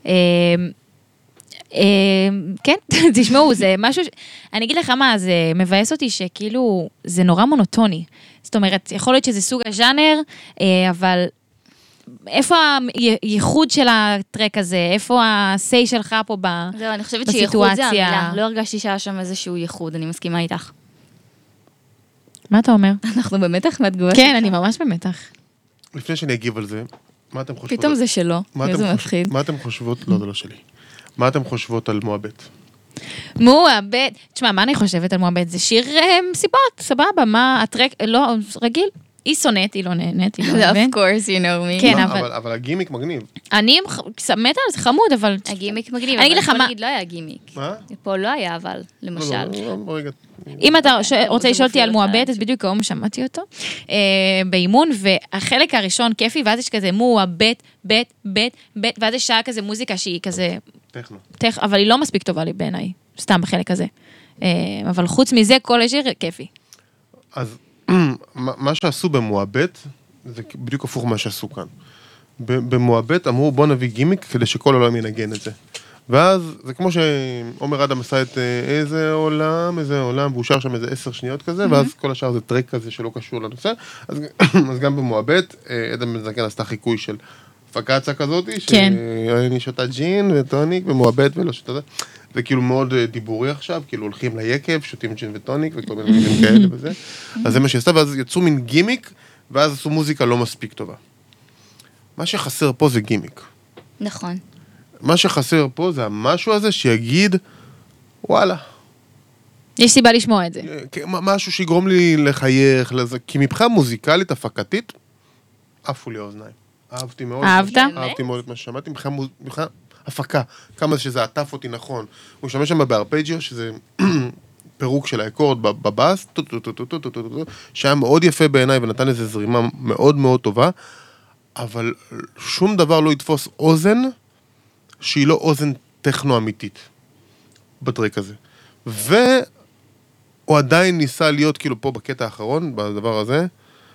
Speaker 2: כן, תשמעו, זה משהו, אני אגיד לך מה, זה מבאס אותי שכאילו, זה נורא מונוטוני. זאת אומרת, יכול להיות שזה סוג הז'אנר, אבל איפה הייחוד של הטרק הזה? איפה ה-say שלך פה בסיטואציה?
Speaker 3: זהו, אני חושבת שייחוד זה המילה. לא הרגשתי שהיה שם איזשהו ייחוד, אני מסכימה איתך.
Speaker 2: מה אתה אומר?
Speaker 3: אנחנו במתח מהתגובה
Speaker 2: כן, אני ממש במתח.
Speaker 1: לפני שאני אגיב על זה, מה אתם חושבות?
Speaker 3: פתאום זה שלו, איזה מפחיד.
Speaker 1: מה אתם חושבות? לא, זה לא שלי. מה אתם חושבות על מועבט?
Speaker 2: מועבט, תשמע, מה אני חושבת על מועבט? זה שיר מסיבות, סבבה, מה הטרק, לא, רגיל. היא שונאת, היא לא נהנית, היא לא
Speaker 3: Of
Speaker 2: אוהבת.
Speaker 3: course, you know me.
Speaker 2: כן,
Speaker 1: אבל הגימיק מגניב.
Speaker 2: אני מתה על זה חמוד, אבל...
Speaker 3: הגימיק מגניב,
Speaker 2: אני אגיד לך
Speaker 3: אבל
Speaker 2: מה-
Speaker 3: בוא נגיד לא היה גימיק.
Speaker 1: מה?
Speaker 3: פה לא היה אבל, למשל.
Speaker 1: רגע.
Speaker 2: אם אתה רוצה
Speaker 3: זה
Speaker 2: לשאול אותי
Speaker 3: מופיע
Speaker 2: על
Speaker 3: לך.
Speaker 2: מועבט, אז בדיוק היום שמעתי אותו, באימון, והחלק הראשון כיפי, ואז יש כזה מועבט, בט, בט, בט, ואז יש שעה כזה מוזיקה שהיא כזה,
Speaker 1: טכנו.
Speaker 2: אבל היא לא מספיק טובה לי בעיניי, סתם בחלק הזה. אבל חוץ מזה, כל השיר כיפי.
Speaker 1: אז מה שעשו במועבט, זה בדיוק הפוך מה שעשו כאן. במועבט אמרו בוא נביא גימיק כדי שכל העולם ינגן את זה. ואז זה כמו שעומר אדם עשה את איזה עולם, והוא שר שם איזה 10 שניות כזה, ואז כל השאר זה טרק כזה שלא קשור לנושא. אז גם במועבט, אדם מזקן עשתה חיקוי של פקאצה כזאת,
Speaker 2: כן.
Speaker 1: שאני שותה ג'ין וטוניק ומועבט ולא שותה זה. זה כאילו מאוד דיבורי עכשיו, כאילו הולכים ליקב, שותים ג'ין וטוניק וכל מיני מילים כאלה וזה. אז זה מה שעשתה, ואז יצאו מין גימיק, ואז עשו מוזיקה לא מספיק טובה. מה שחסר פה זה גימיק.
Speaker 3: נכון.
Speaker 1: מה שחסר פה זה המשהו הזה שיגיד, וואלה,
Speaker 2: יש סיבה לשמוע את זה.
Speaker 1: משהו שיגרום לי לחייך, כי מבחינה מוזיקלית, הפקתית, עפו לי האוזניים. אהבתי מאוד.
Speaker 2: אהבת?
Speaker 1: אהבתי מאוד את מה ששמעתי, מבחינה הפקה, כמה שזה עטף אותי נכון. הוא משתמש שם בארפג'יו, שזה פירוק של האקורד בבאס, שהיה מאוד יפה בעיניי ונתן איזו זרימה מאוד מאוד טובה, אבל שום דבר לא יתפוס אוזן שהיא לא אוזן טכנו אמיתית בטרק הזה. והוא עדיין ניסה להיות כאילו פה בקטע האחרון, בדבר הזה,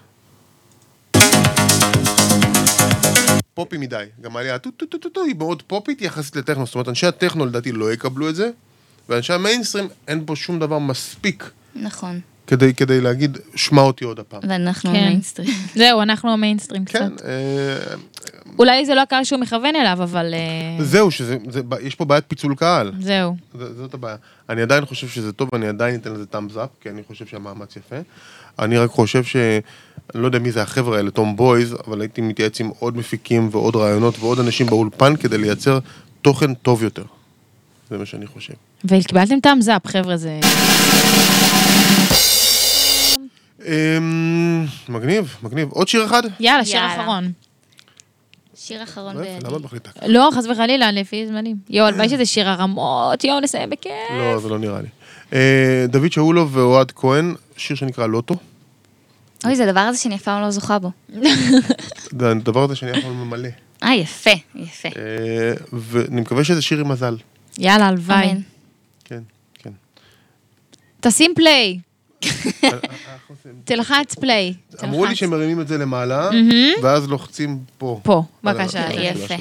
Speaker 1: פופי מדי. גם עליה היא מאוד פופית יחסית לטכנו, זאת אומרת, אנשי הטכנו לדעתי לא יקבלו את זה, ואנשי המיינסטרים אין פה שום דבר מספיק.
Speaker 3: נכון.
Speaker 1: כדי להגיד, שמע אותי עוד הפעם.
Speaker 3: ואנחנו המיינסטרים.
Speaker 2: זהו, אנחנו המיינסטרים קצת.
Speaker 1: כן.
Speaker 2: אולי זה לא הקהל שהוא מכוון אליו, אבל...
Speaker 1: זהו, יש פה בעיית פיצול קהל.
Speaker 2: זהו.
Speaker 1: זאת הבעיה. אני עדיין חושב שזה טוב, ואני עדיין אתן לזה thumbs up, כי אני חושב שהמאמץ יפה. אני רק חושב אני לא יודע מי זה החבר'ה האלה, טום בויז, אבל הייתי מתייעץ עם עוד מפיקים ועוד רעיונות ועוד אנשים באולפן כדי לייצר תוכן טוב יותר. זה מה שאני חושב.
Speaker 2: וקיבלתם thumbs up, חבר'ה, זה...
Speaker 1: מגניב. עוד שיר אחד?
Speaker 2: יאללה, שיר אחרון.
Speaker 3: שיר אחרון
Speaker 1: למה את מחליטה?
Speaker 2: לא, חס וחלילה, לפי זמנים. הלוואי שזה שיר הרמות, נסיים בכיף.
Speaker 1: לא, זה לא נראה לי. דוד שאולוב ואוהד כהן, שיר שנקרא לוטו.
Speaker 3: אוי, זה הדבר הזה שאני אף פעם לא זוכה בו.
Speaker 1: זה הדבר הזה שאני יכול ממלא.
Speaker 3: יפה.
Speaker 1: ואני מקווה שזה שיר עם מזל.
Speaker 2: יאללה, הלוואי.
Speaker 3: אמן.
Speaker 1: כן.
Speaker 2: תשים פליי. תלחץ פליי.
Speaker 1: אמרו לי שהם מרימים את זה למעלה, ואז לוחצים פה.
Speaker 2: פה, בבקשה,
Speaker 3: יפה.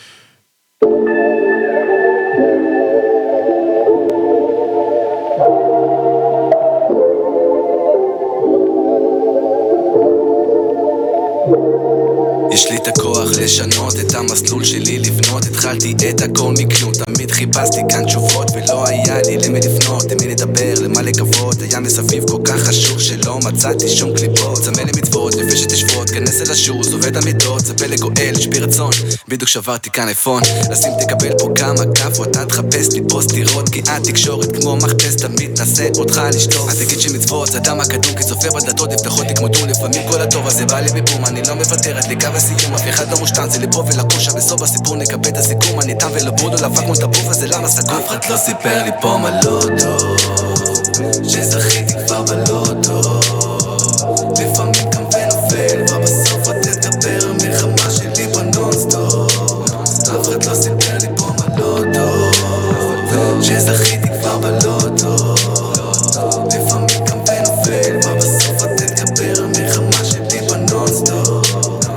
Speaker 4: יש לי את הכוח לשנות את המסלול שלי לבנות, התחלתי את הכל מכלום, תמיד חיפשתי כאן תשובות ולא היה לי למי לפנות, למי לדבר, למה לקוות, היה מסביב כל כך חשוב שלא מצאתי שום קליפות, צמא למצוות, לפי שתשבות, כנס אל השורס, עובד המידות, צפה לגואל, שבי רצון, בדיוק שברתי כאן אייפון, לשים תקבל פה כמה כפות, אתה תחפש לי פה סתירות, כי התקשורת כמו מחפש, תמיד נסה אותך לשטוף, אז תגיד שמצוות, אדם הקדום כצופה בדלתות, נפתחות לי כמו דום, לפעמים כל הטוב הזה בא לי בבום, אני לא מוותרת, לקו הסיום, אף אחד לא מושתן, זה לפה ולקושה, בסוף הסיפור נקבל את הסיכום, אני תם ולבוד או לבק כמו טבוב, אז זה למה סגור. אף אחד לא סיפר לי פה מה לא טוב, שזכיתי כבר בלוטו, לפעמים קם ונופל, ובסוף עוד תדבר, המלחמה שלי בנונסטופ, אף אחד לא סיפר לי פה מה לא טוב, שזכיתי כבר בלוטו, לפעמים קם ונופל, ובסוף עוד תדבר, המלחמה שלי בנונסטופ.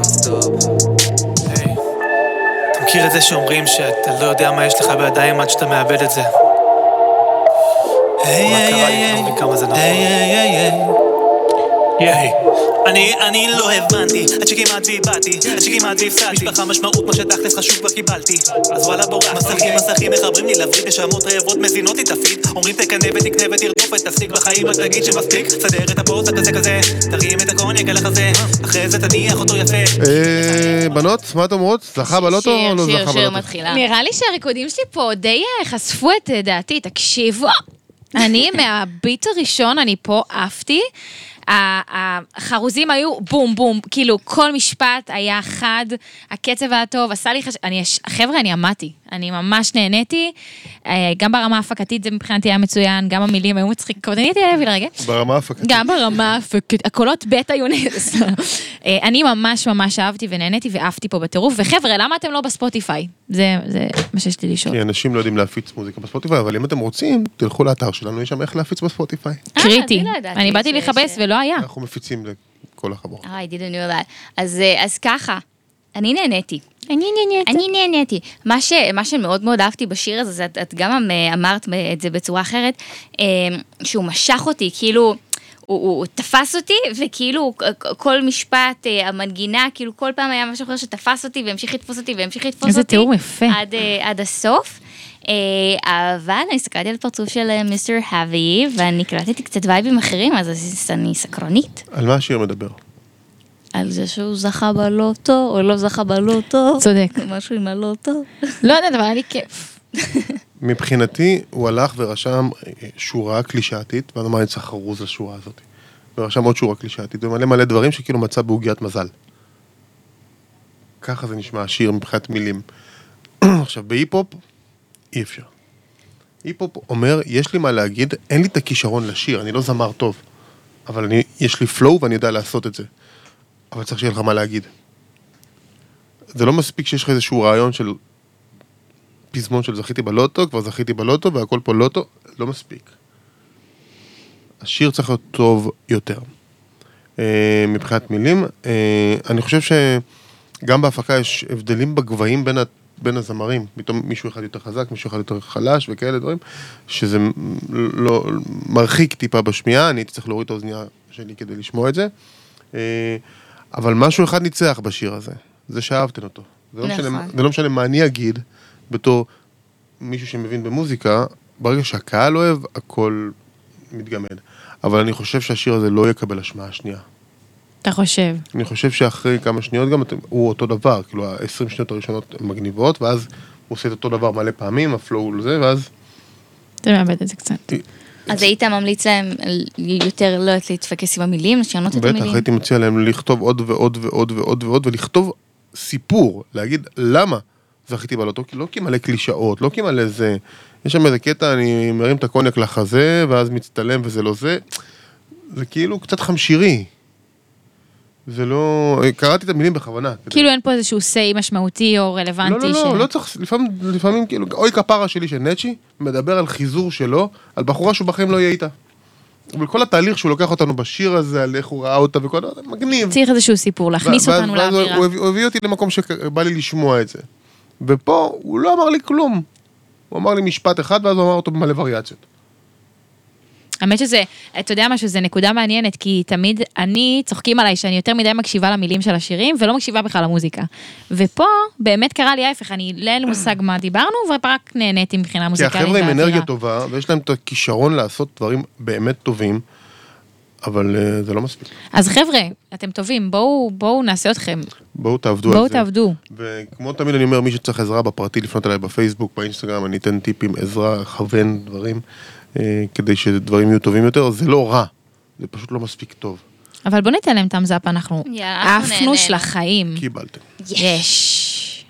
Speaker 7: מכיר את זה שאומרים שאתה לא יודע מה יש לך בידיים עד שאתה מאבד את זה. מה קרה לי? לא מבין כמה זה נכון. אני לא הבנתי, עד שכמעט והבאתי, עד שכמעט והפסדתי. משפחה משמעות, מה שתכלס חשוב כבר קיבלתי. אז וואלה בורח, מסכים מחברים לי להבריא בשעמות רעבות מזינות לי תפיד. אומרים תקנה ותקנה ותרדוף ותפסיק בחיים, רק תגיד שמספיק. סדר את הפוסט, אתה כזה, תרים את הקוניאק על החזה, אחרי זה תניח אותו יפה.
Speaker 1: בנות, מה את אומרות? זכה בלוטו או לא זכה
Speaker 3: שיר
Speaker 1: בלוטו?
Speaker 3: מתחילה.
Speaker 2: נראה לי שהריקודים שלי פה די חשפו את דעתי, תקשיבו. אני מהביט הראשון, אני פה עפתי. החרוזים היו בום בום, כאילו כל משפט היה חד, הקצב היה טוב, עשה לי חבר'ה, אני עמדתי, אני ממש נהניתי, גם ברמה ההפקתית זה מבחינתי היה מצוין, גם המילים היו מצחיקות, אני הייתי להביא לרגע.
Speaker 1: ברמה ההפקתית.
Speaker 2: גם ברמה ההפקתית, הקולות בית היונס. אני ממש ממש אהבתי ונהניתי ועפתי פה בטירוף, וחבר'ה, למה אתם לא בספוטיפיי? זה מה שיש לי לשאול.
Speaker 1: כי אנשים לא יודעים להפיץ מוזיקה בספוטיפיי, אבל אם אתם רוצים, תלכו לאתר שלנו, יש שם איך להפיץ בספוטיפיי.
Speaker 2: קריטי.
Speaker 3: אני לא ידעתי
Speaker 2: אני באתי לחפש ולא היה.
Speaker 1: אנחנו מפיצים לכל החברות.
Speaker 3: I didn't know that. אז ככה, אני נהניתי. מה שמאוד מאוד אהבתי בשיר הזה, את גם אמרת את זה בצורה אחרת, שהוא משך אותי, כאילו, הוא תפס אותי, וכאילו כל משפט, המנגינה, כאילו כל פעם היה משהו אחר שתפס אותי, והמשיך לתפוס אותי,
Speaker 2: איזה תיאור יפה.
Speaker 3: עד הסוף. אבל אני הסתכלתי על פרצוף של מיסטר האבי, ואני קלטתי קצת וייבים אחרים, אז אני סקרנית.
Speaker 1: על מה השיר מדבר?
Speaker 3: על זה שהוא זכה בלוטו, או לא זכה בלוטו.
Speaker 2: צודק.
Speaker 3: משהו עם הלוטו.
Speaker 2: לא יודעת, אבל היה לי כיף.
Speaker 1: מבחינתי, הוא הלך ורשם שורה קלישאתית, ואז אמר, אני צריך חרוז לשורה הזאת. ורשם עוד שורה קלישאתית, ומלא מלא דברים שכאילו מצא בעוגיית מזל. ככה זה נשמע השיר מבחינת מילים. עכשיו, בהיפ-הופ, אי אפשר. היפ-הופ אומר, יש לי מה להגיד, אין לי את הכישרון לשיר, אני לא זמר טוב, אבל יש לי פלואו ואני יודע לעשות את זה. אבל צריך שיהיה לך מה להגיד. זה לא מספיק שיש לך איזשהו רעיון של פזמון של זכיתי בלוטו, כבר זכיתי בלוטו והכל פה לוטו, לא מספיק. השיר צריך להיות טוב יותר. מבחינת מילים, אני חושב שגם בהפקה יש הבדלים בגבהים בין הזמרים, פתאום מישהו אחד יותר חזק, מישהו אחד יותר חלש וכאלה דברים, שזה לא מרחיק טיפה בשמיעה, אני הייתי צריך להוריד את האוזנייה שלי כדי לשמוע את זה, אבל משהו אחד ניצח בשיר הזה, זה שאהבתן אותו. זה לא משנה מה אני אגיד, בתור מישהו שמבין במוזיקה, ברגע שהקהל אוהב, הכל מתגמד. אבל אני חושב שהשיר הזה לא יקבל השמעה השנייה.
Speaker 2: אתה חושב?
Speaker 1: אני חושב שאחרי כמה שניות גם הוא אותו דבר, כאילו ה-20 שניות הראשונות הן מגניבות, ואז הוא עושה את אותו דבר מלא פעמים, הפלואו לזה, ואז...
Speaker 2: אתה מאבד את זה קצת.
Speaker 3: אז היית ממליץ להם יותר לא להתפקס עם המילים, לשנות את המילים?
Speaker 1: בטח, הייתי מציע להם לכתוב עוד ועוד ועוד ועוד ועוד, ולכתוב סיפור, להגיד למה זכיתי בלוטו, לא כי מלא קלישאות, לא כי מלא זה, יש שם איזה קטע, אני מרים את הקוניאק לחזה, ואז מצטלם וזה לא זה, זה כאילו קצת חמשירי. זה לא... קראתי את המילים בכוונה.
Speaker 2: כאילו אין פה איזשהו סי משמעותי או רלוונטי
Speaker 1: לא צריך, לפעמים כאילו, אוי כפרה שלי של נצ'י, מדבר על חיזור שלו, על בחורה שהוא בחיים לא יהיה איתה. אבל כל התהליך שהוא לוקח אותנו בשיר הזה, על איך הוא ראה אותה וכל זה, מגניב.
Speaker 2: צריך איזשהו סיפור, להכניס אותנו לאווירה.
Speaker 1: הוא הביא אותי למקום שבא לי לשמוע את זה. ופה הוא לא אמר לי כלום. הוא אמר לי משפט אחד, ואז הוא אמר אותו במלא וריאציות.
Speaker 2: האמת שזה, אתה יודע משהו, זה נקודה מעניינת, כי תמיד צוחקים עליי שאני יותר מדי מקשיבה למילים של השירים, ולא מקשיבה בכלל למוזיקה. ופה באמת קרה לי ההפך, אני אין לי מושג מה דיברנו, ורק נהניתי מבחינה מוזיקלית.
Speaker 1: כי החבר'ה עם אנרגיה טובה, ויש להם את הכישרון לעשות דברים באמת טובים, אבל זה לא מספיק.
Speaker 2: אז חבר'ה, אתם טובים, בואו נעשה אתכם.
Speaker 1: בואו תעבדו על זה.
Speaker 2: בואו תעבדו.
Speaker 1: וכמו תמיד אני אומר, מי שצריך עזרה בפרטי, לפנות אליי בפייסבוק, באינסטגרם, אני אתן טיפים, עזרה, כוון דברים, כדי שדברים יהיו טובים יותר. זה לא רע, זה פשוט לא מספיק טוב.
Speaker 2: אבל בואו ניתן להם תמזאפ, אנחנו עפנו של החיים.
Speaker 1: קיבלתם.
Speaker 2: יש.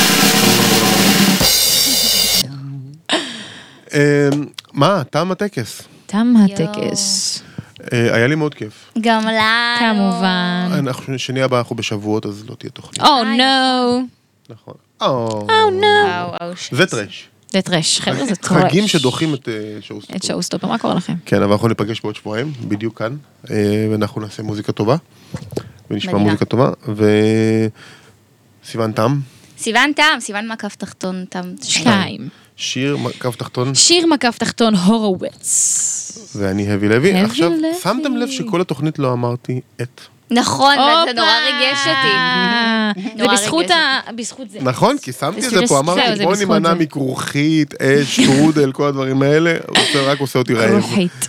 Speaker 1: מה, תם הטקס?
Speaker 2: תם הטקס.
Speaker 1: היה לי מאוד כיף.
Speaker 3: גם לנו.
Speaker 2: כמובן.
Speaker 1: שני הבא אנחנו בשבועות, אז לא תהיה תוכנית.
Speaker 2: Oh no.
Speaker 1: נכון.
Speaker 2: Oh no.
Speaker 1: זה טרש.
Speaker 2: זה טרש, חבר'ה, זה טרש.
Speaker 1: חגים שדוחים את שואוסטופר.
Speaker 2: את שואוסטופר, מה קורה לכם?
Speaker 1: כן, אבל אנחנו ניפגש בעוד שבועיים, בדיוק כאן, ואנחנו נעשה מוזיקה טובה, ונשמע מוזיקה טובה, וסיוון תם.
Speaker 3: סיוון תם, סיוון מקף תחתון תם.
Speaker 2: 2.
Speaker 1: שיר מקף תחתון.
Speaker 2: שיר מקף תחתון הורוביץ.
Speaker 1: ואני הבי לוי.
Speaker 2: הבי
Speaker 1: עכשיו,
Speaker 2: לוי.
Speaker 1: שמתם לב שכל התוכנית לא אמרתי את.
Speaker 3: נכון, זה נורא ריגש אותי.
Speaker 2: זה בזכות זה.
Speaker 1: נכון, כי שמתי את זה
Speaker 2: זהו,
Speaker 1: פה, אמרתי,
Speaker 2: זה
Speaker 1: בוא
Speaker 2: בזכות
Speaker 1: נימנע
Speaker 2: זה.
Speaker 1: מכרוכית, אש, טרודל, כל הדברים האלה, רק עושה אותי רעב.
Speaker 2: כרוכית.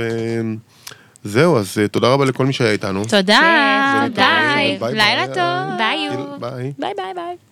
Speaker 1: וזהו, אז תודה רבה לכל מי שהיה איתנו.
Speaker 2: תודה.
Speaker 3: ונתראה.
Speaker 2: ביי. לילה טוב.
Speaker 3: ביי.
Speaker 1: ביי.
Speaker 2: ביי ביי ביי.